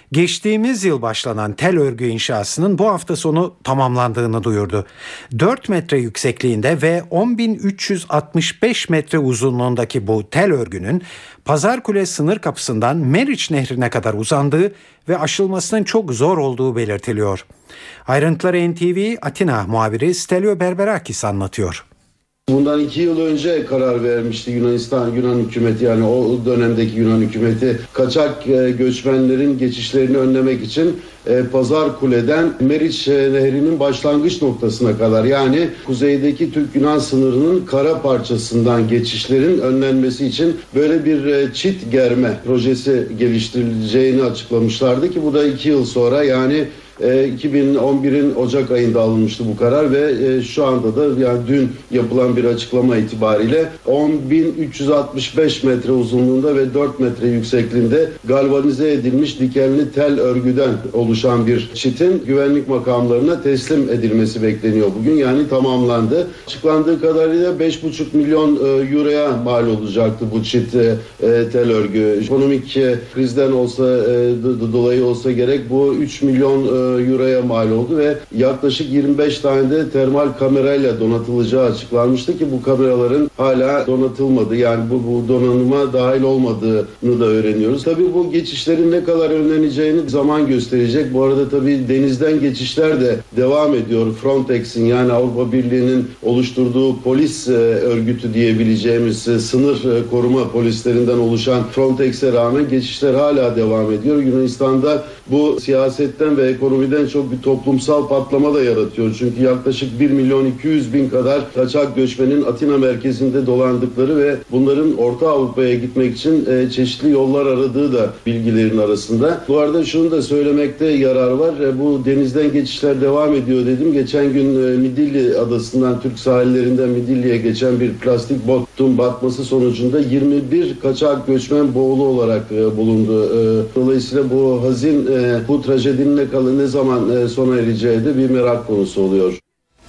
Speaker 2: geçtiğimiz yıl başlanan tel örgü inşasının bu hafta sonu tamamlandığını duyurdu. dört metre yüksekliğinde ve on bin üç yüz altmış beş metre uzunluğundaki bu tel örgünün Pazarkule sınır kapısından Meriç Nehri'ne kadar uzandığı ve aşılmasının çok zor olduğu belirtiliyor. Ayrıntıları N T V Atina muhabiri Stelio Berberakis anlatıyor.
Speaker 1: Bundan iki yıl önce karar vermişti Yunanistan, Yunan hükümeti, yani o dönemdeki Yunan hükümeti kaçak göçmenlerin geçişlerini önlemek için Pazarkule'den Meriç Nehri'nin başlangıç noktasına kadar, yani kuzeydeki Türk-Yunan sınırının kara parçasından geçişlerin önlenmesi için böyle bir çit germe projesi geliştirileceğini açıklamışlardı ki bu da iki yıl sonra, yani iki bin on birin Ocak ayında alınmıştı bu karar ve şu anda da, yani dün yapılan bir açıklama itibariyle on bin üç yüz altmış beş metre uzunluğunda ve dört metre yüksekliğinde galvanize edilmiş dikenli tel örgüden oluşan bir çitin güvenlik makamlarına teslim edilmesi bekleniyor bugün. Yani tamamlandı. Açıklandığı kadarıyla beş buçuk milyon euroya mal olacaktı bu çit tel örgü. Ekonomik krizden olsa dolayı olsa gerek bu üç milyon euroya mal oldu ve yaklaşık yirmi beş tane de termal kamerayla donatılacağı açıklanmıştı ki bu kameraların hala donatılmadı. Yani bu, bu donanıma dahil olmadığını da öğreniyoruz. Tabii bu geçişlerin ne kadar önleneceğini zaman gösterecek. Bu arada tabii denizden geçişler de devam ediyor. Frontex'in, yani Avrupa Birliği'nin oluşturduğu polis örgütü diyebileceğimiz sınır koruma polislerinden oluşan Frontex'e rağmen geçişler hala devam ediyor. Yunanistan'da bu siyasetten ve ekonomiden çok bir toplumsal patlama da yaratıyor. Çünkü yaklaşık bir milyon iki yüz bin kadar kaçak göçmenin Atina merkezinde dolandıkları ve bunların Orta Avrupa'ya gitmek için e, çeşitli yollar aradığı da bilgilerin arasında. Bu arada şunu da söylemekte yarar var. E, bu denizden geçişler devam ediyor dedim. Geçen gün e, Midilli adasından, Türk sahillerinden Midilli'ye geçen bir plastik botun batması sonucunda yirmi bir kaçak göçmen boğulu olarak e, bulundu. E, dolayısıyla bu hazin, e, bu trajedinin ne kalı ne zaman e, sona ereceği de bir merak konusu oluyor.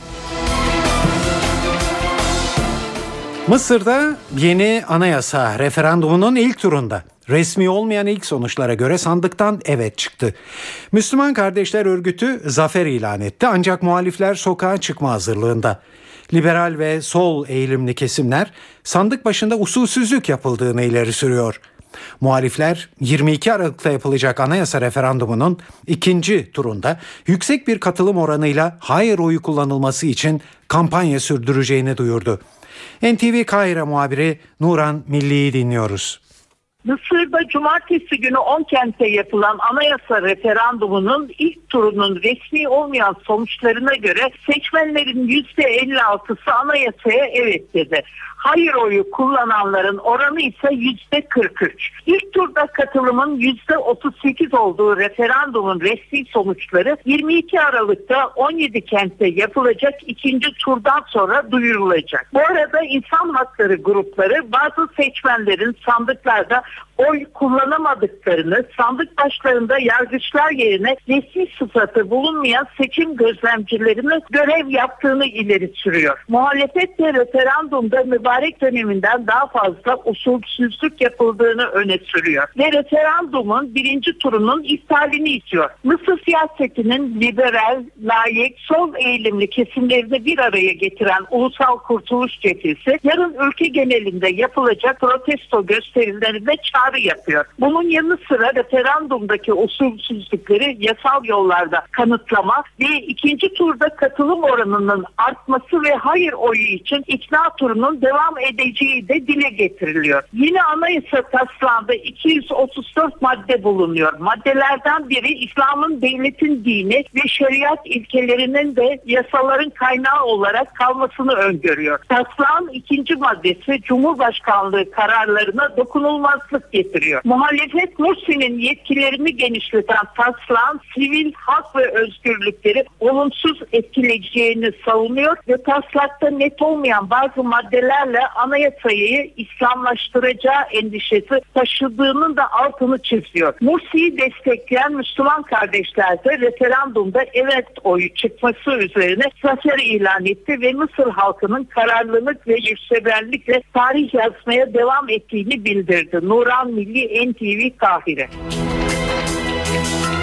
Speaker 2: Mısır'da yeni anayasa referandumunun ilk turunda resmi olmayan ilk sonuçlara göre sandıktan evet çıktı. Müslüman Kardeşler Örgütü zafer ilan etti ancak muhalifler sokağa çıkma hazırlığında. Liberal ve sol eğilimli kesimler sandık başında usulsüzlük yapıldığını ileri sürüyor. Muhalifler yirmi iki Aralık'ta yapılacak anayasa referandumunun ikinci turunda yüksek bir katılım oranıyla hayır oyu kullanılması için kampanya sürdüreceğini duyurdu. N T V Kahire muhabiri Nuran Milli'yi dinliyoruz.
Speaker 4: Mısır'da cumartesi günü on kentte yapılan anayasa referandumunun ilk turunun resmi olmayan sonuçlarına göre seçmenlerin yüzde elli altısı anayasaya evet dedi. Hayır oyu kullananların oranı ise yüzde kırk üç. İlk turda katılımın yüzde otuz sekiz olduğu referandumun resmi sonuçları yirmi iki Aralık'ta on yedi kentte yapılacak ikinci turdan sonra duyurulacak. Bu arada insan hakları grupları bazı seçmenlerin sandıklarda oy kullanamadıklarını, sandık başlarında yargıçlar yerine resmi sıfatı bulunmayan seçim gözlemcilerinin görev yaptığını ileri sürüyor. Muhalefet de referandumda mübarek döneminden daha fazla usulsüzlük yapıldığını öne sürüyor. Ve referandumun birinci turunun iptalini istiyor. Mısır siyasetinin liberal, layık, sol eğilimli kesimlerini bir araya getiren Ulusal Kurtuluş Cephesi yarın ülke genelinde yapılacak protesto gösterilerinde çağrı yapıyor. Bunun yanı sıra referandumdaki usulsüzlükleri yasal yollarda kanıtlama ve ikinci turda katılım oranının artması ve hayır oyu için ikna turunun devam edeceği de dile getiriliyor. Yine anayasa taslağında iki yüz otuz dört madde bulunuyor. Maddelerden biri İslam'ın devletin dini ve şeriat ilkelerinin de yasaların kaynağı olarak kalmasını öngörüyor. Taslağın ikinci maddesi Cumhurbaşkanlığı kararlarına dokunulmazlık getiriyor. Muhalefet Mursi'nin yetkilerini genişleten taslağın sivil hak ve özgürlükleri olumsuz etkileyeceğini savunuyor ve taslakta net olmayan bazı maddelerle anayasayı İslamlaştıracağı endişesi taşıdığının da altını çiziyor. Mursi'yi destekleyen Müslüman kardeşler de referandumda evet oyu çıkması üzerine zafer ilan etti ve Mısır halkının kararlılık ve yurtseverlikle tarih yazmaya devam ettiğini bildirdi. Nuran Milli, N T V Kahire.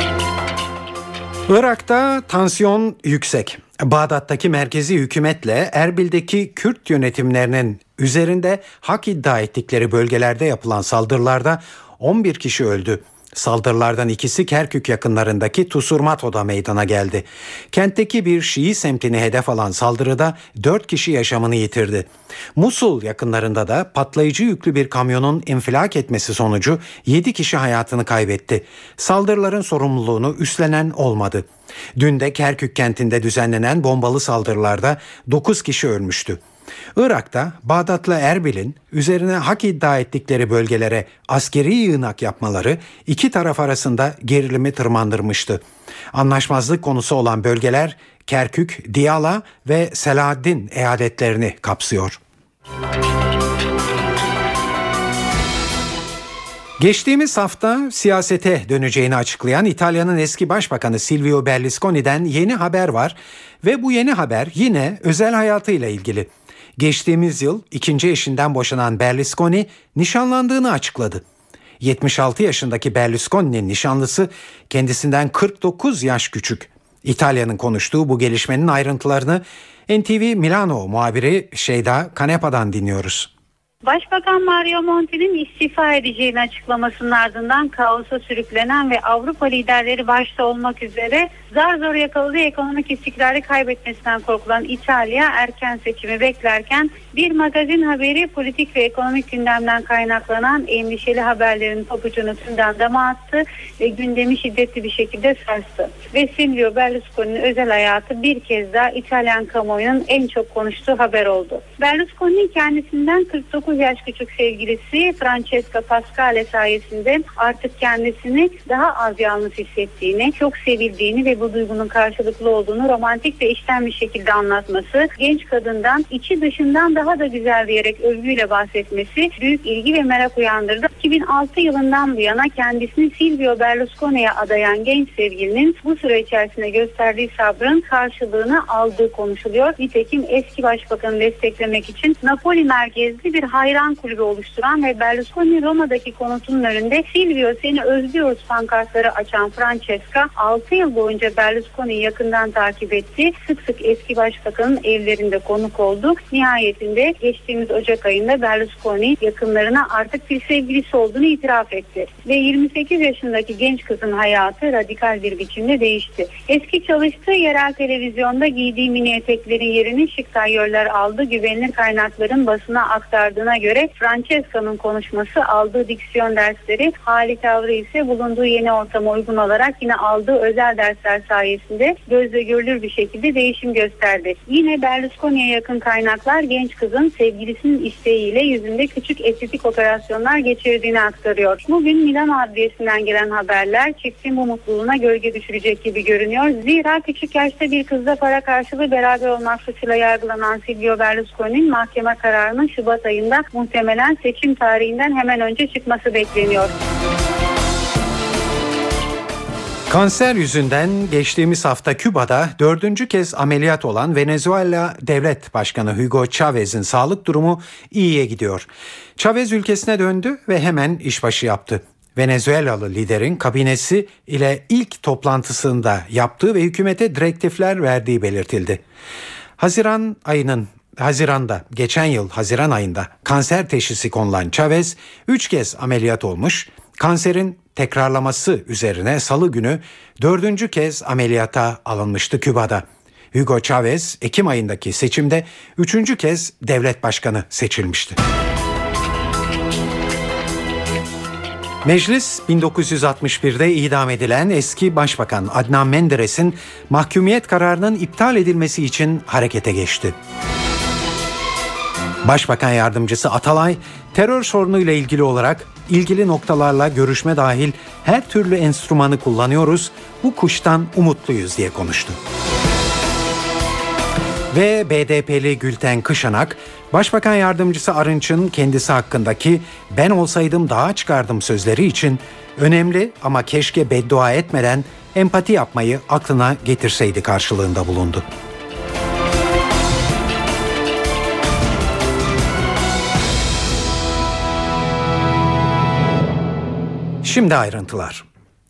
Speaker 2: Irak'ta tansiyon yüksek. Bağdat'taki merkezi hükümetle Erbil'deki Kürt yönetimlerinin üzerinde hak iddia ettikleri bölgelerde yapılan saldırılarda on bir kişi öldü. Saldırılardan ikisi Kerkük yakınlarındaki Tusurmato'da meydana geldi. Kentteki bir Şii semtini hedef alan saldırıda dört kişi yaşamını yitirdi. Musul yakınlarında da patlayıcı yüklü bir kamyonun infilak etmesi sonucu yedi kişi hayatını kaybetti. Saldırıların sorumluluğunu üstlenen olmadı. Dün de Kerkük kentinde düzenlenen bombalı saldırılarda dokuz kişi ölmüştü. Irak'ta Bağdat'la Erbil'in üzerine hak iddia ettikleri bölgelere askeri yığınak yapmaları iki taraf arasında gerilimi tırmandırmıştı. Anlaşmazlık konusu olan bölgeler Kerkük, Diyala ve Selahaddin eyaletlerini kapsıyor. Geçtiğimiz hafta siyasete döneceğini açıklayan İtalya'nın eski başbakanı Silvio Berlusconi'den yeni haber var ve bu yeni haber yine özel hayatıyla ilgili. Geçtiğimiz yıl ikinci eşinden boşanan Berlusconi nişanlandığını açıkladı. yetmiş altı yaşındaki Berlusconi'nin nişanlısı kendisinden kırk dokuz yaş küçük. İtalya'nın konuştuğu bu gelişmenin ayrıntılarını N T V Milano muhabiri Şeyda Kanepa'dan dinliyoruz.
Speaker 5: Başbakan Mario Monti'nin istifa edeceğini açıklamasının ardından kaosa sürüklenen ve Avrupa liderleri başta olmak üzere zar zor yakaladığı ekonomik istikrarı kaybetmesinden korkulan İtalya erken seçimi beklerken bir magazin haberi politik ve ekonomik gündemden kaynaklanan endişeli haberlerin pabucunu tümden dama attı ve gündemi şiddetli bir şekilde sarstı. Ve Silvio Berlusconi'nin özel hayatı bir kez daha İtalyan kamuoyunun en çok konuştuğu haber oldu. Berlusconi kendisinden kırk dokuz yaş küçük sevgilisi Francesca Pasquale sayesinde artık kendisini daha az yalnız hissettiğini, çok sevildiğini ve bu duygunun karşılıklı olduğunu romantik ve içten bir şekilde anlatması, genç kadından içi dışından daha da güzel diyerek övgüyle bahsetmesi büyük ilgi ve merak uyandırdı. iki bin altı yılından bu yana kendisini Silvio Berlusconi'ye adayan genç sevgilinin bu süre içerisinde gösterdiği sabrın karşılığını aldığı konuşuluyor. Nitekim eski başbakanı desteklemek için Napoli merkezli bir hayran kulübü oluşturan ve Berlusconi Roma'daki konutunun önünde Silvio seni özlüyoruz pankartları açan Francesca altı yıl boyunca Berlusconi'yi yakından takip etti. Sık sık eski başbakanın evlerinde konuk oldu. Nihayetinde geçtiğimiz Ocak ayında Berlusconi yakınlarına artık bir sevgilisi olduğunu itiraf etti. Ve yirmi sekiz yaşındaki genç kızın hayatı radikal bir biçimde değişti. Eski çalıştığı yerel televizyonda giydiği mini eteklerin yerini şık tayyörler aldı. Güvenilir kaynakların basına aktardığına göre Francesca'nın konuşması, aldığı diksiyon dersleri, hali tavrı ise bulunduğu yeni ortama uygun olarak yine aldığı özel dersler sayesinde gözle görülür bir şekilde değişim gösterdi. Yine Berlusconi'ye yakın kaynaklar genç kızın sevgilisinin isteğiyle yüzünde küçük estetik operasyonlar geçirdiğini aktarıyor. Bugün Milano Adliyesi'nden gelen haberler çiftin bu mutluluğuna gölge düşürecek gibi görünüyor. Zira küçük yaşta bir kızla para karşılığı beraber olmak suçuyla yargılanan Silvio Berlusconi'nin mahkeme kararının Şubat ayında muhtemelen seçim tarihinden hemen önce çıkması bekleniyor.
Speaker 2: Kanser yüzünden geçtiğimiz hafta Küba'da dördüncü kez ameliyat olan Venezuela Devlet Başkanı Hugo Chávez'in sağlık durumu iyiye gidiyor. Chávez ülkesine döndü ve hemen işbaşı yaptı. Venezuelalı liderin kabinesi ile ilk toplantısında yaptığı ve hükümete direktifler verdiği belirtildi. Haziran ayının Haziranda, geçen yıl Haziran ayında kanser teşhisi konulan Chávez üç kez ameliyat olmuş. Kanserin tekrarlaması üzerine salı günü dördüncü kez ameliyata alınmıştı Küba'da. Hugo Chávez Ekim ayındaki seçimde üçüncü kez devlet başkanı seçilmişti. Meclis bin dokuz yüz altmış birde idam edilen eski başbakan Adnan Menderes'in mahkumiyet kararının iptal edilmesi için harekete geçti. Başbakan yardımcısı Atalay, terör sorunuyla ilgili olarak ilgili noktalarla görüşme dahil her türlü enstrümanı kullanıyoruz, bu kuştan umutluyuz diye konuştu. Ve B D P'li Gülten Kışanak, Başbakan Yardımcısı Arınç'ın kendisi hakkındaki "ben olsaydım daha çıkardım" sözleri için önemli ama keşke beddua etmeden empati yapmayı aklına getirseydi karşılığında bulundu. Şimdi ayrıntılar.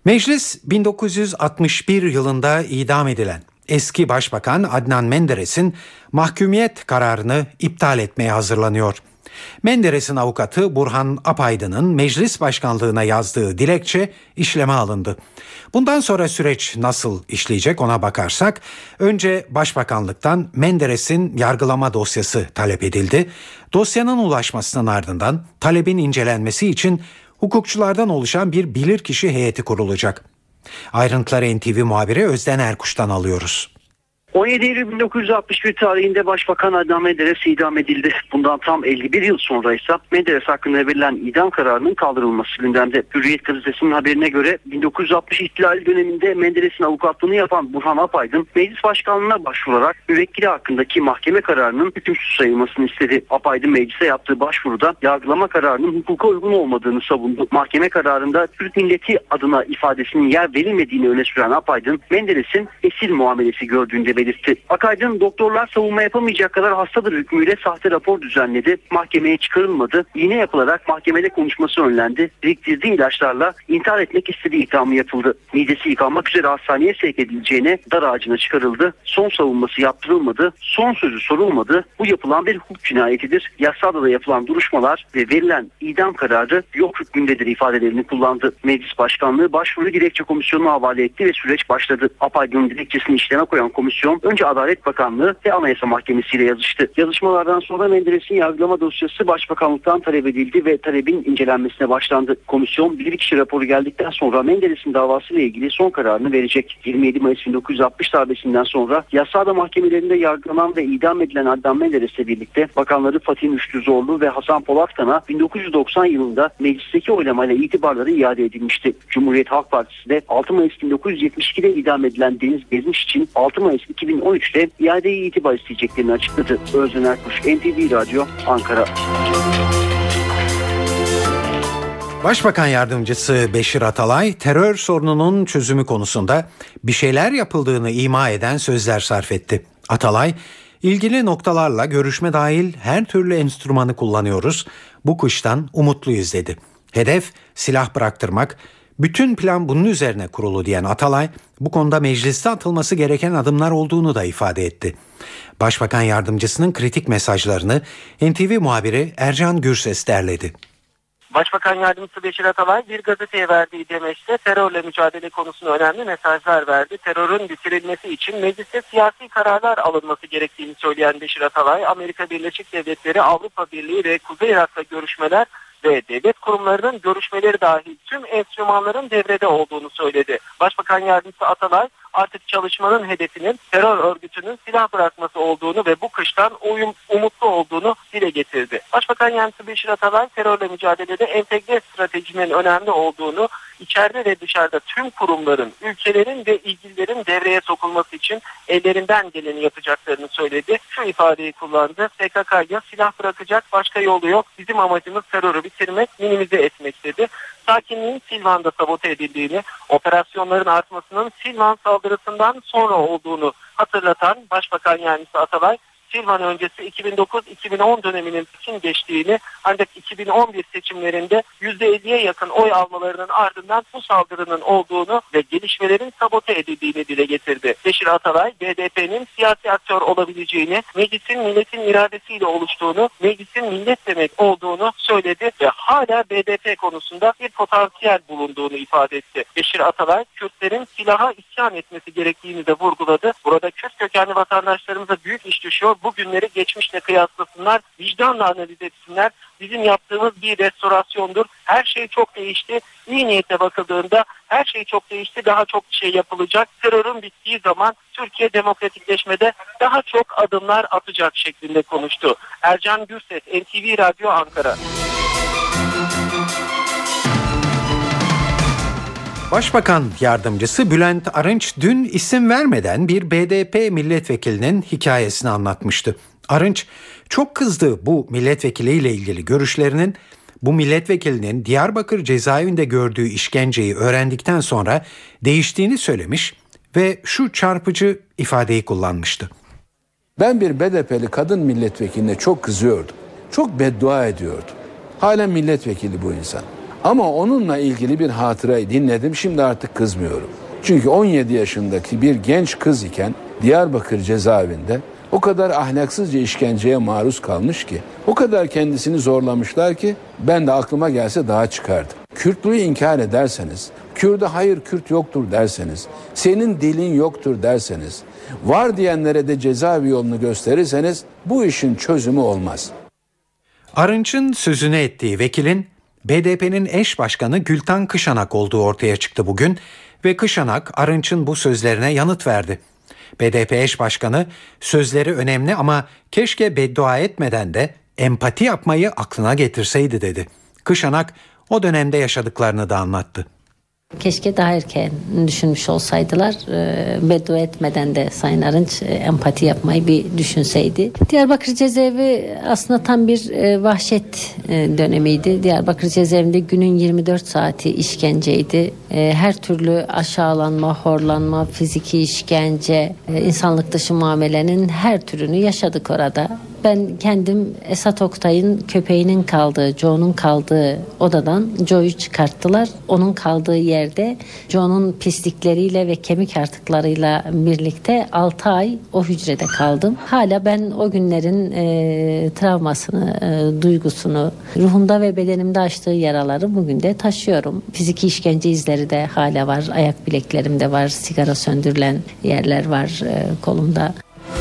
Speaker 2: Meclis bin dokuz yüz altmış bir yılında idam edilen eski Başbakan Adnan Menderes'in mahkumiyet kararını iptal etmeye hazırlanıyor. Menderes'in avukatı Burhan Apaydın'ın meclis başkanlığına yazdığı dilekçe işleme alındı. Bundan sonra süreç nasıl işleyecek ona bakarsak, önce Başbakanlıktan Menderes'in yargılama dosyası talep edildi. Dosyanın ulaşmasının ardından talebin incelenmesi için hukukçulardan oluşan bir bilirkişi heyeti kurulacak. Ayrıntıları N T V muhabiri Özden Erkuş'tan alıyoruz.
Speaker 6: on yedi Eylül bin dokuz yüz altmış bir tarihinde Başbakan Adnan Menderes idam edildi. Bundan tam elli bir yıl sonra ise Menderes hakkında verilen idam kararının kaldırılması gündemde. Hürriyet gazetesinin haberine göre bin dokuz yüz altmış ihtilali döneminde Menderes'in avukatlığını yapan Burhan Apaydın meclis başkanlığına başvurarak müvekkili hakkındaki mahkeme kararının hükümsüz sayılmasını istedi. Apaydın meclise yaptığı başvuruda yargılama kararının hukuka uygun olmadığını savundu. Mahkeme kararında Türk milleti adına ifadesinin yer verilmediğini öne süren Apaydın, Menderes'in esir muamelesi gördüğünde belirtti. Akaydın, doktorlar savunma yapamayacak kadar hastadır hükmüyle sahte rapor düzenledi. Mahkemeye çıkarılmadı. İğne yapılarak mahkemede konuşması önlendi. Biriktirdiği ilaçlarla intihar etmek istediği ithamı yapıldı. Midesi yıkanmak üzere hastaneye sevk edileceğine dar ağacına çıkarıldı. Son savunması yaptırılmadı. Son sözü sorulmadı. Bu yapılan bir hukuk cinayetidir. Yasada da yapılan duruşmalar ve verilen idam kararı yok hükmündedir ifadelerini kullandı. Meclis Başkanlığı başvuru dilekçe komisyonuna havale etti ve süreç başladı. Apaydın'ın dilekçesini işleme koyan komisyon önce Adalet Bakanlığı ve Anayasa Mahkemesi ile yazıştı. Yazışmalardan sonra Menderes'in yargılama dosyası Başbakanlıktan talep edildi ve talebin incelenmesine başlandı. Komisyon bilirkişi raporu geldikten sonra Menderes'in davasıyla ilgili son kararını verecek. yirmi yedi Mayıs bin dokuz yüz altmış darbesinden sonra yasada mahkemelerinde yargılanan ve idam edilen Adnan Menderes'le birlikte bakanları Fatih Müslü Zorlu ve Hasan Polatkan'a bin dokuz yüz doksan yılında meclisteki oylamayla itibarları iade edilmişti. Cumhuriyet Halk Partisi de altı Mayıs bin dokuz yüz yetmiş ikide idam edilen Deniz Gezmiş için altı Mayıs iki bin on üçte iadeyi itibar isteyeceklerini açıkladı. Özden Erkuş, N T V Radyo, Ankara.
Speaker 2: Başbakan Yardımcısı Beşir Atalay, terör sorununun çözümü konusunda bir şeyler yapıldığını ima eden sözler sarf etti. Atalay, ilgili noktalarla görüşme dahil her türlü enstrümanı kullanıyoruz, bu kıştan umutluyuz dedi. Hedef silah bıraktırmak, bütün plan bunun üzerine kurulu diyen Atalay, bu konuda mecliste atılması gereken adımlar olduğunu da ifade etti. Başbakan Yardımcısının kritik mesajlarını N T V muhabiri Ercan Gürses derledi.
Speaker 7: Başbakan Yardımcısı Beşir Atalay bir gazeteye verdiği demeçte terörle mücadele konusunda önemli mesajlar verdi. Terörün bitirilmesi için mecliste siyasi kararlar alınması gerektiğini söyleyen Beşir Atalay, Amerika Birleşik Devletleri, Avrupa Birliği ve Kuzey Irak'ta görüşmeler ve devlet kurumlarının görüşmeleri dahil tüm enstrümanların devrede olduğunu söyledi. Başbakan Yardımcısı Atalay, artık çalışmanın hedefinin terör örgütünün silah bırakması olduğunu ve bu kıştan uyum, umutlu olduğunu dile getirdi. Başbakan Yardımcısı Beşir Atalay, terörle mücadelede entegre stratejinin önemli olduğunu, içeride ve dışarıda tüm kurumların, ülkelerin ve ilgililerin devreye sokulması için ellerinden geleni yapacaklarını söyledi. Şu ifadeyi kullandı: P K K'ya silah bırakacak başka yolu yok. Bizim amacımız terörü bitirmek, minimize etmek dedi. Sakinliğin Silvan'da sabote edildiğini, operasyonların artmasının Silvan saldırısından sonra olduğunu hatırlatan Başbakan Yardımcısı Atalay, Silvan öncesi iki bin dokuz iki bin on döneminin için geçtiğini, ancak iki bin on bir seçimlerinde yüzde elliye yakın oy almalarının ardından bu saldırının olduğunu ve gelişmelerin sabote edildiğini dile getirdi. Beşir Atalay, B D P'nin siyasi aktör olabileceğini, meclisin milletin iradesiyle oluştuğunu, meclisin millet demek olduğunu söyledi ve hala B D P konusunda bir potansiyel bulunduğunu ifade etti. Beşir Atalay, Kürtlerin silaha isyan etmesi gerektiğini de vurguladı. Burada Kürt kökenli vatandaşlarımıza büyük iş düşüyor. Bu günleri geçmişle kıyaslasınlar, vicdanla analiz etsinler. Bizim yaptığımız bir restorasyondur. Her şey çok değişti. İyi niyetle bakıldığında her şey çok değişti. Daha çok şey yapılacak. Terörün bittiği zaman Türkiye demokratikleşmede daha çok adımlar atacak şeklinde konuştu. Ercan Gürses, N T V Radyo, Ankara.
Speaker 2: Başbakan Yardımcısı Bülent Arınç dün isim vermeden bir B D P milletvekilinin hikayesini anlatmıştı. Arınç çok kızdığı bu milletvekiliyle ilgili görüşlerinin, bu milletvekilinin Diyarbakır cezaevinde gördüğü işkenceyi öğrendikten sonra değiştiğini söylemiş ve şu çarpıcı ifadeyi kullanmıştı.
Speaker 23: Ben bir B D P'li kadın milletvekiline çok kızıyordum. Çok beddua ediyordum. Halen milletvekili bu insan. Ama onunla ilgili bir hatırayı dinledim. Şimdi artık kızmıyorum. Çünkü on yedi yaşındaki bir genç kız iken Diyarbakır cezaevinde o kadar ahlaksızca işkenceye maruz kalmış ki, o kadar kendisini zorlamışlar ki ben de aklıma gelse daha çıkardım. Kürtlüğü inkar ederseniz, Kürt'e hayır Kürt yoktur derseniz, senin dilin yoktur derseniz, var diyenlere de cezaevi yolunu gösterirseniz bu işin çözümü olmaz.
Speaker 2: Arınç'ın sözünü ettiği vekilin B D P'nin eş başkanı Gültan Kışanak olduğu ortaya çıktı bugün ve Kışanak Arınç'ın bu sözlerine yanıt verdi. B D P eş başkanı sözleri önemli ama keşke beddua etmeden de empati yapmayı aklına getirseydi dedi. Kışanak o dönemde yaşadıklarını da anlattı.
Speaker 8: Keşke daha erken düşünmüş olsaydılar. E, beddua etmeden de Sayın Arınç e, empati yapmayı bir düşünseydi. Diyarbakır cezaevi aslında tam bir e, vahşet e, dönemiydi. Diyarbakır cezaevinde günün yirmi dört saati işkenceydi. E, her türlü aşağılanma, horlanma, fiziki işkence, e, insanlık dışı muamelenin her türünü yaşadık orada. Ben kendim Esat Oktay'ın köpeğinin kaldığı, Joe'nun kaldığı odadan Joe'yu çıkarttılar. Onun kaldığı yerde Joe'nun pislikleriyle ve kemik artıklarıyla birlikte altı ay o hücrede kaldım. Hala ben o günlerin e, travmasını, e, duygusunu, ruhumda ve bedenimde açtığı yaraları bugün de taşıyorum. Fiziki işkence izleri de hala var. Ayak bileklerimde var. Sigara söndürülen yerler var e, kolumda.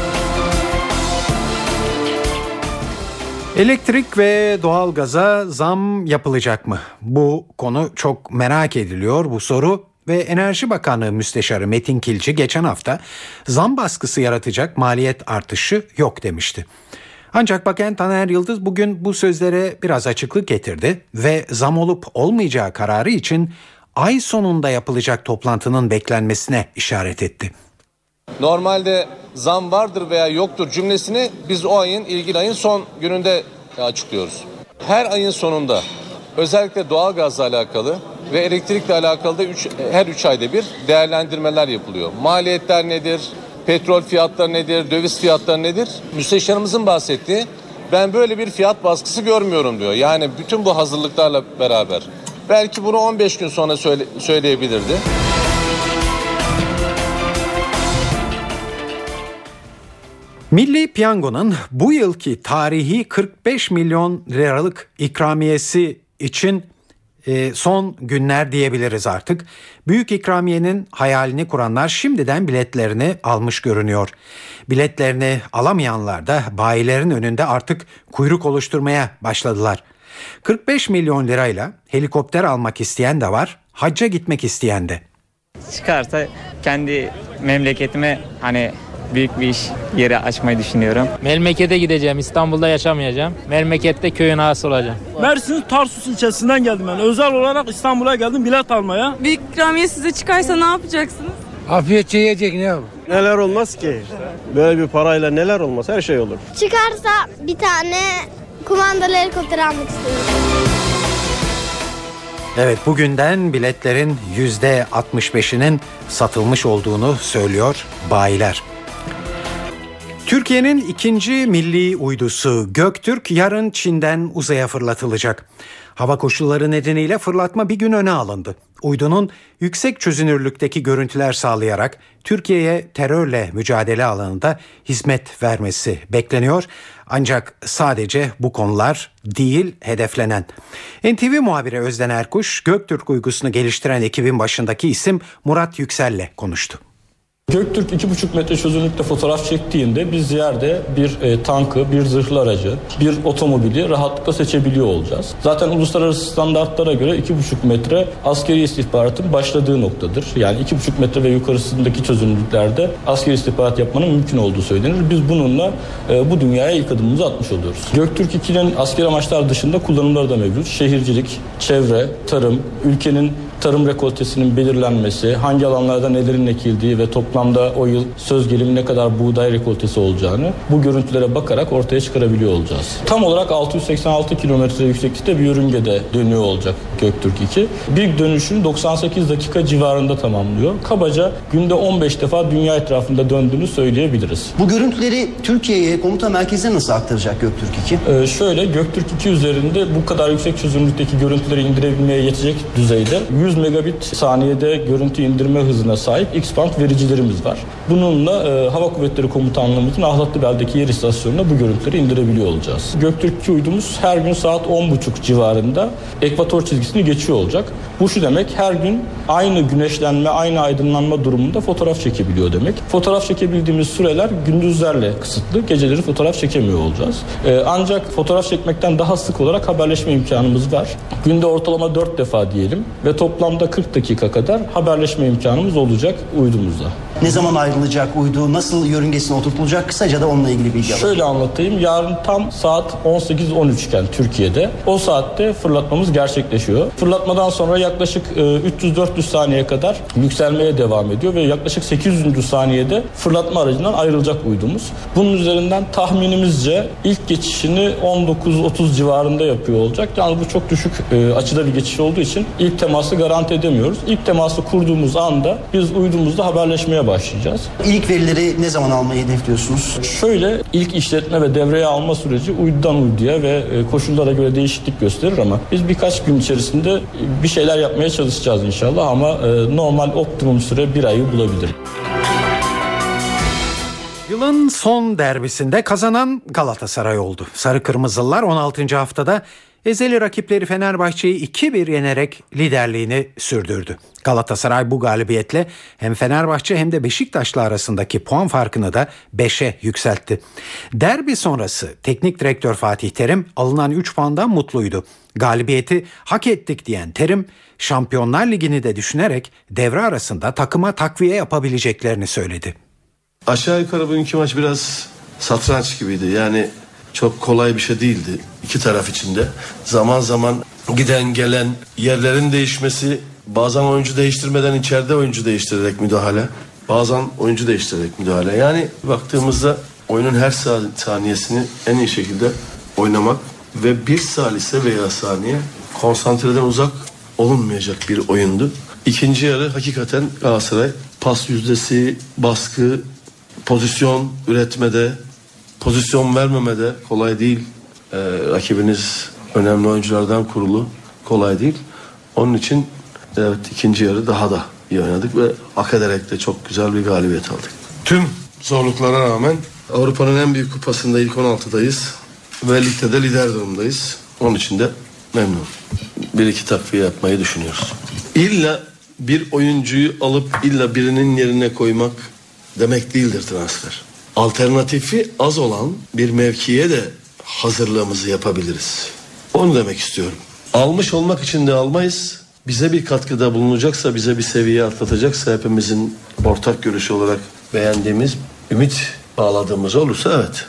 Speaker 2: Elektrik ve doğalgaza zam yapılacak mı? Bu konu çok merak ediliyor bu soru ve Enerji Bakanlığı Müsteşarı Metin Kilci geçen hafta zam baskısı yaratacak maliyet artışı yok demişti. Ancak Bakan Taner Yıldız bugün bu sözlere biraz açıklık getirdi ve zam olup olmayacağı kararı için ay sonunda yapılacak toplantının beklenmesine işaret etti.
Speaker 9: Normalde zam vardır veya yoktur cümlesini biz o ayın ilgili ayın son gününde açıklıyoruz. Her ayın sonunda özellikle doğalgazla alakalı ve elektrikle alakalı da üç, her üç ayda bir değerlendirmeler yapılıyor. Maliyetler nedir? Petrol fiyatları nedir? Döviz fiyatları nedir? Müsteşarımızın bahsettiği ben böyle bir fiyat baskısı görmüyorum diyor. Yani bütün bu hazırlıklarla beraber. Belki bunu on beş gün sonra söyle, söyleyebilirdi.
Speaker 2: Milli Piyango'nun bu yılki tarihi kırk beş milyon liralık ikramiyesi için e, son günler diyebiliriz artık. Büyük ikramiyenin hayalini kuranlar şimdiden biletlerini almış görünüyor. Biletlerini alamayanlar da bayilerin önünde artık kuyruk oluşturmaya başladılar. kırk beş milyon lirayla helikopter almak isteyen de var, hacca gitmek isteyen de.
Speaker 14: Çıkarsa kendi memleketime hani büyük bir iş yeri açmayı düşünüyorum.
Speaker 15: Memlekete gideceğim. İstanbul'da yaşamayacağım. Memlekette köyün ağası olacağım.
Speaker 16: Mersin Tarsus ilçesinden geldim ben. Özel olarak İstanbul'a geldim bilet almaya.
Speaker 17: Büyük ikramiye size çıkarsa ne yapacaksınız?
Speaker 18: Afiyetçe yiyecek ne yapalım?
Speaker 10: Neler olmaz ki? Böyle bir parayla neler olmaz? Her şey olur.
Speaker 19: Çıkarsa bir tane kumandalı helikopter almak istiyorum.
Speaker 2: Evet, bugünden biletlerin yüzde altmış beşinin satılmış olduğunu söylüyor bayiler. Türkiye'nin ikinci milli uydusu Göktürk yarın Çin'den uzaya fırlatılacak. Hava koşulları nedeniyle fırlatma bir gün öne alındı. Uydunun yüksek çözünürlükteki görüntüler sağlayarak Türkiye'ye terörle mücadele alanında hizmet vermesi bekleniyor. Ancak sadece bu konular değil hedeflenen. N T V muhabiri Özden Erkuş, Göktürk uydusunu geliştiren ekibin başındaki isim Murat Yüksel'le konuştu.
Speaker 20: Göktürk iki buçuk metre çözünürlükte fotoğraf çektiğinde biz yerde bir e, tankı, bir zırhlı aracı, bir otomobili rahatlıkla seçebiliyor olacağız. Zaten uluslararası standartlara göre iki buçuk metre askeri istihbaratın başladığı noktadır. Yani iki buçuk metre ve yukarısındaki çözünürlüklerde askeri istihbarat yapmanın mümkün olduğu söylenir. Biz bununla e, bu dünyaya ilk adımımızı atmış oluyoruz. Göktürk iki'nin askeri amaçlar dışında kullanımları da mevcut. Şehircilik, çevre, tarım, ülkenin tarım rekoltesinin belirlenmesi, hangi alanlarda nelerin ekildiği ve toplamda o yıl söz gelimi ne kadar buğday rekoltesi olacağını bu görüntülere bakarak ortaya çıkarabiliyor olacağız. Tam olarak altı yüz seksen altı kilometre yükseklikte bir yörüngede dönüyor olacak Göktürk iki. Bir dönüşün doksan sekiz dakika civarında tamamlıyor. Kabaca günde on beş defa dünya etrafında döndüğünü söyleyebiliriz.
Speaker 21: Bu görüntüleri Türkiye'ye komuta merkezine nasıl aktaracak Göktürk iki?
Speaker 20: Ee, şöyle Göktürk iki üzerinde bu kadar yüksek çözünürlükteki görüntüleri indirebilmeye yetecek düzeyde yüz megabit saniyede görüntü indirme hızına sahip X-band vericilerimiz var. Bununla e, Hava Kuvvetleri Komutanlığımızın Ahlatlıbel'deki yer istasyonuna bu görüntüleri indirebiliyor olacağız. Göktürk iki uydumuz her gün saat on buçuk civarında ekvator çizgisini geçiyor olacak. Bu şu demek, her gün aynı güneşlenme, aynı aydınlanma durumunda fotoğraf çekebiliyor demek. Fotoğraf çekebildiğimiz süreler gündüzlerle kısıtlı, geceleri fotoğraf çekemiyor olacağız. Ee, ancak fotoğraf çekmekten daha sık olarak haberleşme imkanımız var. Günde ortalama dört defa diyelim ve toplamda kırk dakika kadar haberleşme imkanımız olacak uydumuzla.
Speaker 21: Ne zaman ayrılacak uydu, nasıl yörüngesine oturtulacak, kısaca da onunla ilgili bilgi alalım.
Speaker 20: Şöyle anlatayım, yarın tam saat on sekiz on üç iken Türkiye'de o saatte fırlatmamız gerçekleşiyor. Fırlatmadan sonra yaklaşık üç yüz dört yüz saniye kadar yükselmeye devam ediyor ve yaklaşık sekiz yüzüncü saniyede fırlatma aracından ayrılacak uydumuz. Bunun üzerinden tahminimizce ilk geçişini on dokuz otuz civarında yapıyor olacak. Yani bu çok düşük e, açıda bir geçiş olduğu için ilk teması garanti edemiyoruz. İlk teması kurduğumuz anda biz uydumuzla haberleşmeye başlayacağız.
Speaker 21: İlk verileri ne zaman almayı hedefliyorsunuz?
Speaker 20: Şöyle, ilk işletme ve devreye alma süreci uydudan uyduya ve koşullara göre değişiklik gösterir ama biz birkaç gün içerisinde bir şeyler yapmaya çalışacağız inşallah ama normal optimum süre bir ayı bulabilir.
Speaker 2: Yılın son derbisinde kazanan Galatasaray oldu. Sarı Kırmızılılar on altıncı haftada ezeli rakipleri Fenerbahçe'yi iki bir yenerek liderliğini sürdürdü. Galatasaray bu galibiyetle hem Fenerbahçe hem de Beşiktaş'la arasındaki puan farkını da beşe yükseltti. Derbi sonrası teknik direktör Fatih Terim alınan üç puandan mutluydu. Galibiyeti hak ettik diyen Terim, Şampiyonlar Ligi'ni de düşünerek devre arasında takıma takviye yapabileceklerini söyledi.
Speaker 11: Aşağı yukarı bugünkü maç biraz satranç gibiydi. Yani çok kolay bir şey değildi iki taraf için de. Zaman zaman giden gelen yerlerin değişmesi, bazen oyuncu değiştirmeden içeride oyuncu değiştirerek müdahale, bazen oyuncu değiştirerek müdahale. Yani baktığımızda oyunun her saniyesini en iyi şekilde oynamak ve bir salise veya saniye konsantreden uzak olunmayacak bir oyundu. İkinci yarı hakikaten Galatasaray pas yüzdesi, baskı, pozisyon üretmede, pozisyon vermemede kolay değil. Ee, rakibiniz önemli oyunculardan kurulu, kolay değil. Onun için evet, ikinci yarı daha da iyi oynadık ve hak ederek de çok güzel bir galibiyet aldık. Tüm zorluklara rağmen Avrupa'nın en büyük kupasında ilk on altıdayız ve ligde de lider durumdayız. Onun için de memnunum. Bir iki takviye yapmayı düşünüyoruz. İlla bir oyuncuyu alıp illa birinin yerine koymak demek değildir transfer. Alternatifi az olan bir mevkiye de hazırlığımızı yapabiliriz. Onu demek istiyorum. Almış olmak için de almayız. Bize bir katkıda bulunacaksa, bize bir seviye atlatacaksa, hepimizin ortak görüşü olarak beğendiğimiz, ümit bağladığımız olursa evet.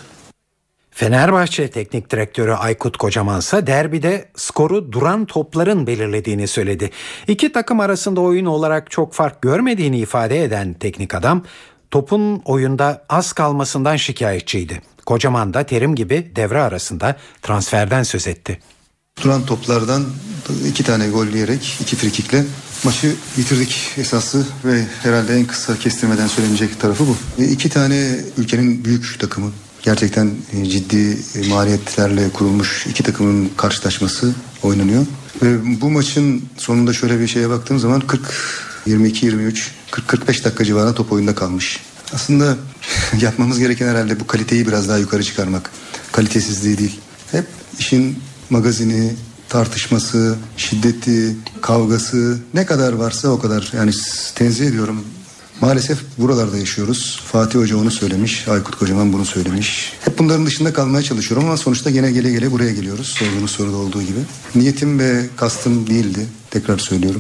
Speaker 2: Fenerbahçe Teknik Direktörü Aykut Kocamansa derbide skoru duran topların belirlediğini söyledi. İki takım arasında oyun olarak çok fark görmediğini ifade eden teknik adam, topun oyunda az kalmasından şikayetçiydi. Kocaman da Terim gibi devre arasında transferden söz etti.
Speaker 12: Duran toplardan iki tane gol yiyerek, iki frikikle maçı bitirdik esaslı ve herhalde en kısa kestirmeden söylenecek tarafı bu. İki tane ülkenin büyük takımı, gerçekten ciddi maliyetlerle kurulmuş iki takımın karşılaşması oynanıyor. Ve bu maçın sonunda şöyle bir şeye baktığım zaman kırk yirmi iki yirmi üç kırk kırk beş dakika civarında top oyunda kalmış. Aslında yapmamız gereken herhalde bu kaliteyi biraz daha yukarı çıkarmak. Kalitesizliği değil. Hep işin magazini, tartışması, şiddeti, kavgası ne kadar varsa o kadar. Yani tenzih ediyorum. Maalesef buralarda yaşıyoruz. Fatih Hoca onu söylemiş, Aykut Kocaman bunu söylemiş. Hep bunların dışında kalmaya çalışıyorum ama sonuçta gene gele gele buraya geliyoruz. Sorduğunuz soruda olduğu gibi. Niyetim ve kastım değildi. Tekrar söylüyorum.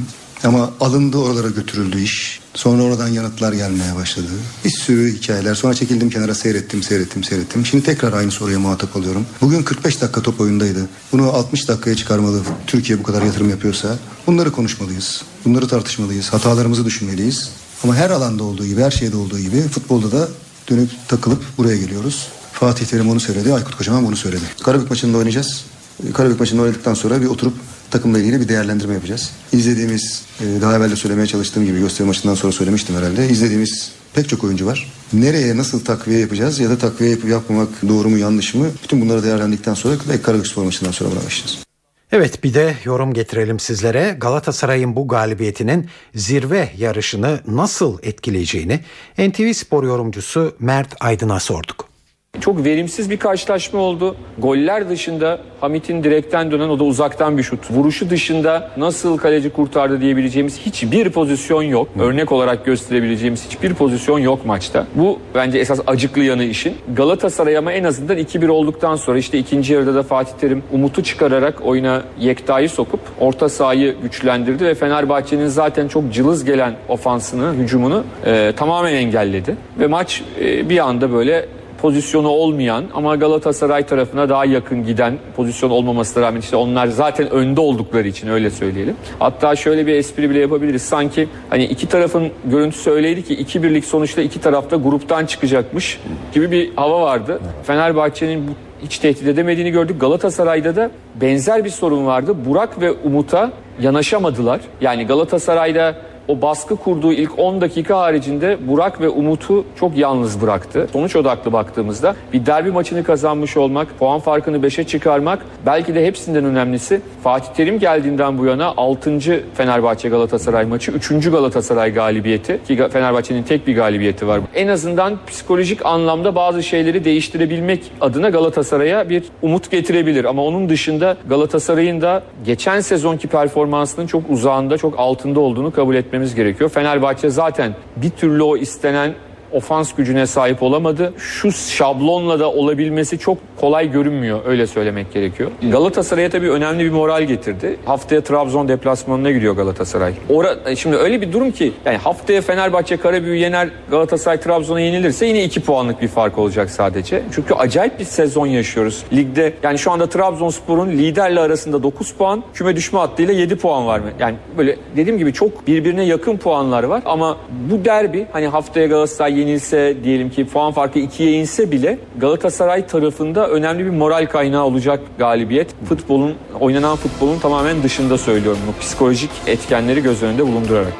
Speaker 12: Ama alındı, oralara götürüldü iş. Sonra oradan yanıtlar gelmeye başladı. Bir sürü hikayeler. Sonra çekildim kenara, seyrettim, seyrettim, seyrettim. Şimdi tekrar aynı soruya muhatap oluyorum. Bugün kırk beş dakika top oyundaydı. Bunu altmış dakikaya çıkarmalı. Türkiye bu kadar yatırım yapıyorsa bunları konuşmalıyız. Bunları tartışmalıyız. Hatalarımızı düşünmeliyiz. Ama her alanda olduğu gibi, her şeyde olduğu gibi futbolda da dönüp takılıp buraya geliyoruz. Fatih Terim onu söyledi, Aykut Kocaman bunu söyledi. Karabük maçında oynayacağız. Karabük maçında oynadıktan sonra bir oturup takımla ilgili bir değerlendirme yapacağız. İzlediğimiz, daha evvel de söylemeye çalıştığım gibi, gösteri maçından sonra söylemiştim herhalde. İzlediğimiz pek çok oyuncu var. Nereye nasıl takviye yapacağız ya da takviye yapıp yapmamak doğru mu yanlış mı? Bütün bunları değerlendikten sonra ve Karabükspor maçından sonra buna başlayacağız.
Speaker 2: Evet, bir de yorum getirelim sizlere. Galatasaray'ın bu galibiyetinin zirve yarışını nasıl etkileyeceğini N T V Spor yorumcusu Mert Aydın'a sorduk.
Speaker 3: Çok verimsiz bir karşılaşma oldu. Goller dışında Hamit'in direkten dönen, o da uzaktan bir şut. Vuruşu dışında nasıl kaleci kurtardı diyebileceğimiz hiçbir pozisyon yok. Örnek olarak gösterebileceğimiz hiçbir pozisyon yok maçta. Bu bence esas acıklı yanı işin. Galatasaray ama en azından iki bir olduktan sonra işte ikinci yarıda da Fatih Terim Umut'u çıkararak oyuna Yekta'yı sokup orta sahayı güçlendirdi ve Fenerbahçe'nin zaten çok cılız gelen ofansını, hücumunu e, tamamen engelledi. Ve maç e, bir anda böyle pozisyonu olmayan ama Galatasaray tarafına daha yakın giden, pozisyon olmamasına rağmen işte onlar zaten önde oldukları için, öyle söyleyelim. Hatta şöyle bir espri bile yapabiliriz. Sanki hani iki tarafın görüntüsü öyleydi ki iki birlik sonuçta iki tarafta gruptan çıkacakmış gibi bir hava vardı. Fenerbahçe'nin bu hiç tehdit edemediğini gördük. Galatasaray'da da benzer bir sorun vardı. Burak ve Umut'a yanaşamadılar. Yani Galatasaray'da o baskı kurduğu ilk on dakika haricinde Burak ve Umut'u çok yalnız bıraktı. Sonuç odaklı baktığımızda bir derbi maçını kazanmış olmak, puan farkını beşe çıkarmak, belki de hepsinden önemlisi Fatih Terim geldiğinden bu yana altıncı Fenerbahçe Galatasaray maçı, üçüncü Galatasaray galibiyeti ki Fenerbahçe'nin tek bir galibiyeti var. En azından psikolojik anlamda bazı şeyleri değiştirebilmek adına Galatasaray'a bir umut getirebilir. Ama onun dışında Galatasaray'ın da geçen sezonki performansının çok uzağında, çok altında olduğunu kabul etmemiz gerekiyor. Fenerbahçe zaten bir türlü o istenen ofans gücüne sahip olamadı. Şu şablonla da olabilmesi çok kolay görünmüyor, öyle söylemek gerekiyor. Galatasaray'a tabii önemli bir moral getirdi. Haftaya Trabzon deplasmanına gidiyor Galatasaray. Ora, şimdi öyle bir durum ki yani haftaya Fenerbahçe Karabük'ü yener, Galatasaray Trabzon'a yenilirse yine iki puanlık bir fark olacak sadece. Çünkü acayip bir sezon yaşıyoruz. Ligde yani şu anda Trabzonspor'un liderle arasında dokuz puan, küme düşme hattıyla yedi puan var mı? Yani böyle dediğim gibi çok birbirine yakın puanlar var ama bu derbi hani haftaya Galatasaray yenilse, diyelim ki puan farkı ikiye inse bile Galatasaray tarafında önemli bir moral kaynağı olacak galibiyet. Futbolun, oynanan futbolun tamamen dışında söylüyorum bu psikolojik etkenleri göz önünde bulundurarak.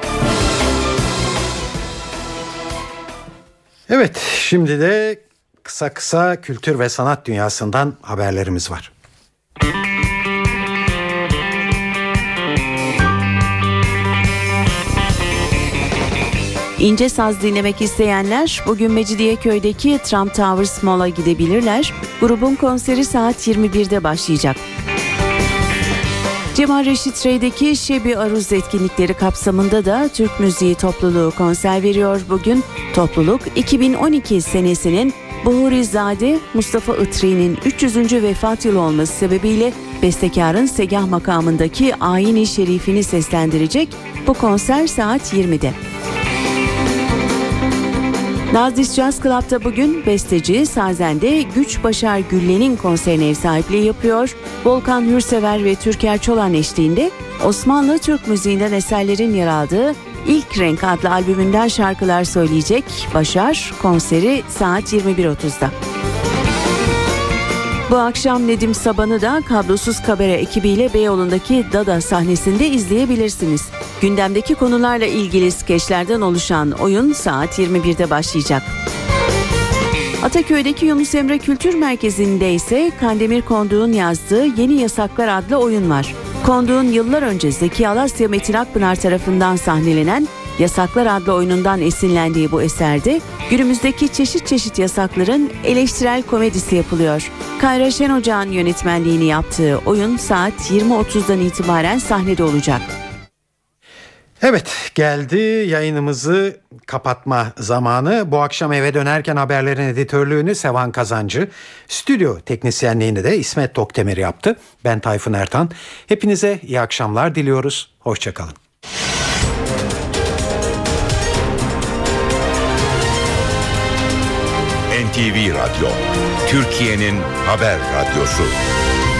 Speaker 2: Evet, şimdi de kısa kısa kültür ve sanat dünyasından haberlerimiz var.
Speaker 13: İnce saz dinlemek isteyenler bugün Mecidiyeköy'deki Trump Towers Mall'a gidebilirler. Grubun konseri saat yirmi birde başlayacak. Cemal Reşit Rey'deki Şebi Aruz etkinlikleri kapsamında da Türk Müziği Topluluğu konser veriyor bugün. Topluluk iki bin on iki senesinin Buhurizade Mustafa Itri'nin üç yüzüncü vefat yılı olması sebebiyle bestekarın segah makamındaki Ayin-i Şerifini seslendirecek. Bu konser saat yirmide. Nazlis Jazz Club'da bugün besteci, sazende Güç Başar Güllen'in konserine ev sahipliği yapıyor. Volkan Hürsever ve Türker Çolan eşliğinde Osmanlı Türk müziğinden eserlerin yer aldığı İlk Renk adlı albümünden şarkılar söyleyecek. Başar konseri saat yirmi bir otuzda. Bu akşam Nedim Saban'ı da Kablosuz Kabare ekibiyle Beyoğlu'ndaki Dada sahnesinde izleyebilirsiniz. Gündemdeki konularla ilgili skeçlerden oluşan oyun saat yirmi birde başlayacak. Ataköy'deki Yunus Emre Kültür Merkezi'nde ise Kandemir Konduğ'un yazdığı Yeni Yasaklar adlı oyun var. Konduğ'un yıllar önce Zeki Alasya Metin Akpınar tarafından sahnelenen Yasaklar adlı oyunundan esinlendiği bu eserde günümüzdeki çeşit çeşit yasakların eleştirel komedisi yapılıyor. Kayra Şen Ocağ'ın yönetmenliğini yaptığı oyun saat yirmi otuzdan itibaren sahnede olacak.
Speaker 2: Evet, geldi yayınımızı kapatma zamanı. Bu akşam eve dönerken haberlerin editörlüğünü Sevan Kazancı, stüdyo teknisyenliğini de İsmet Tokdemir yaptı. Ben Tayfun Ertan. Hepinize iyi akşamlar diliyoruz. Hoşça kalın.
Speaker 1: N T V Radyo, Türkiye'nin haber radyosu.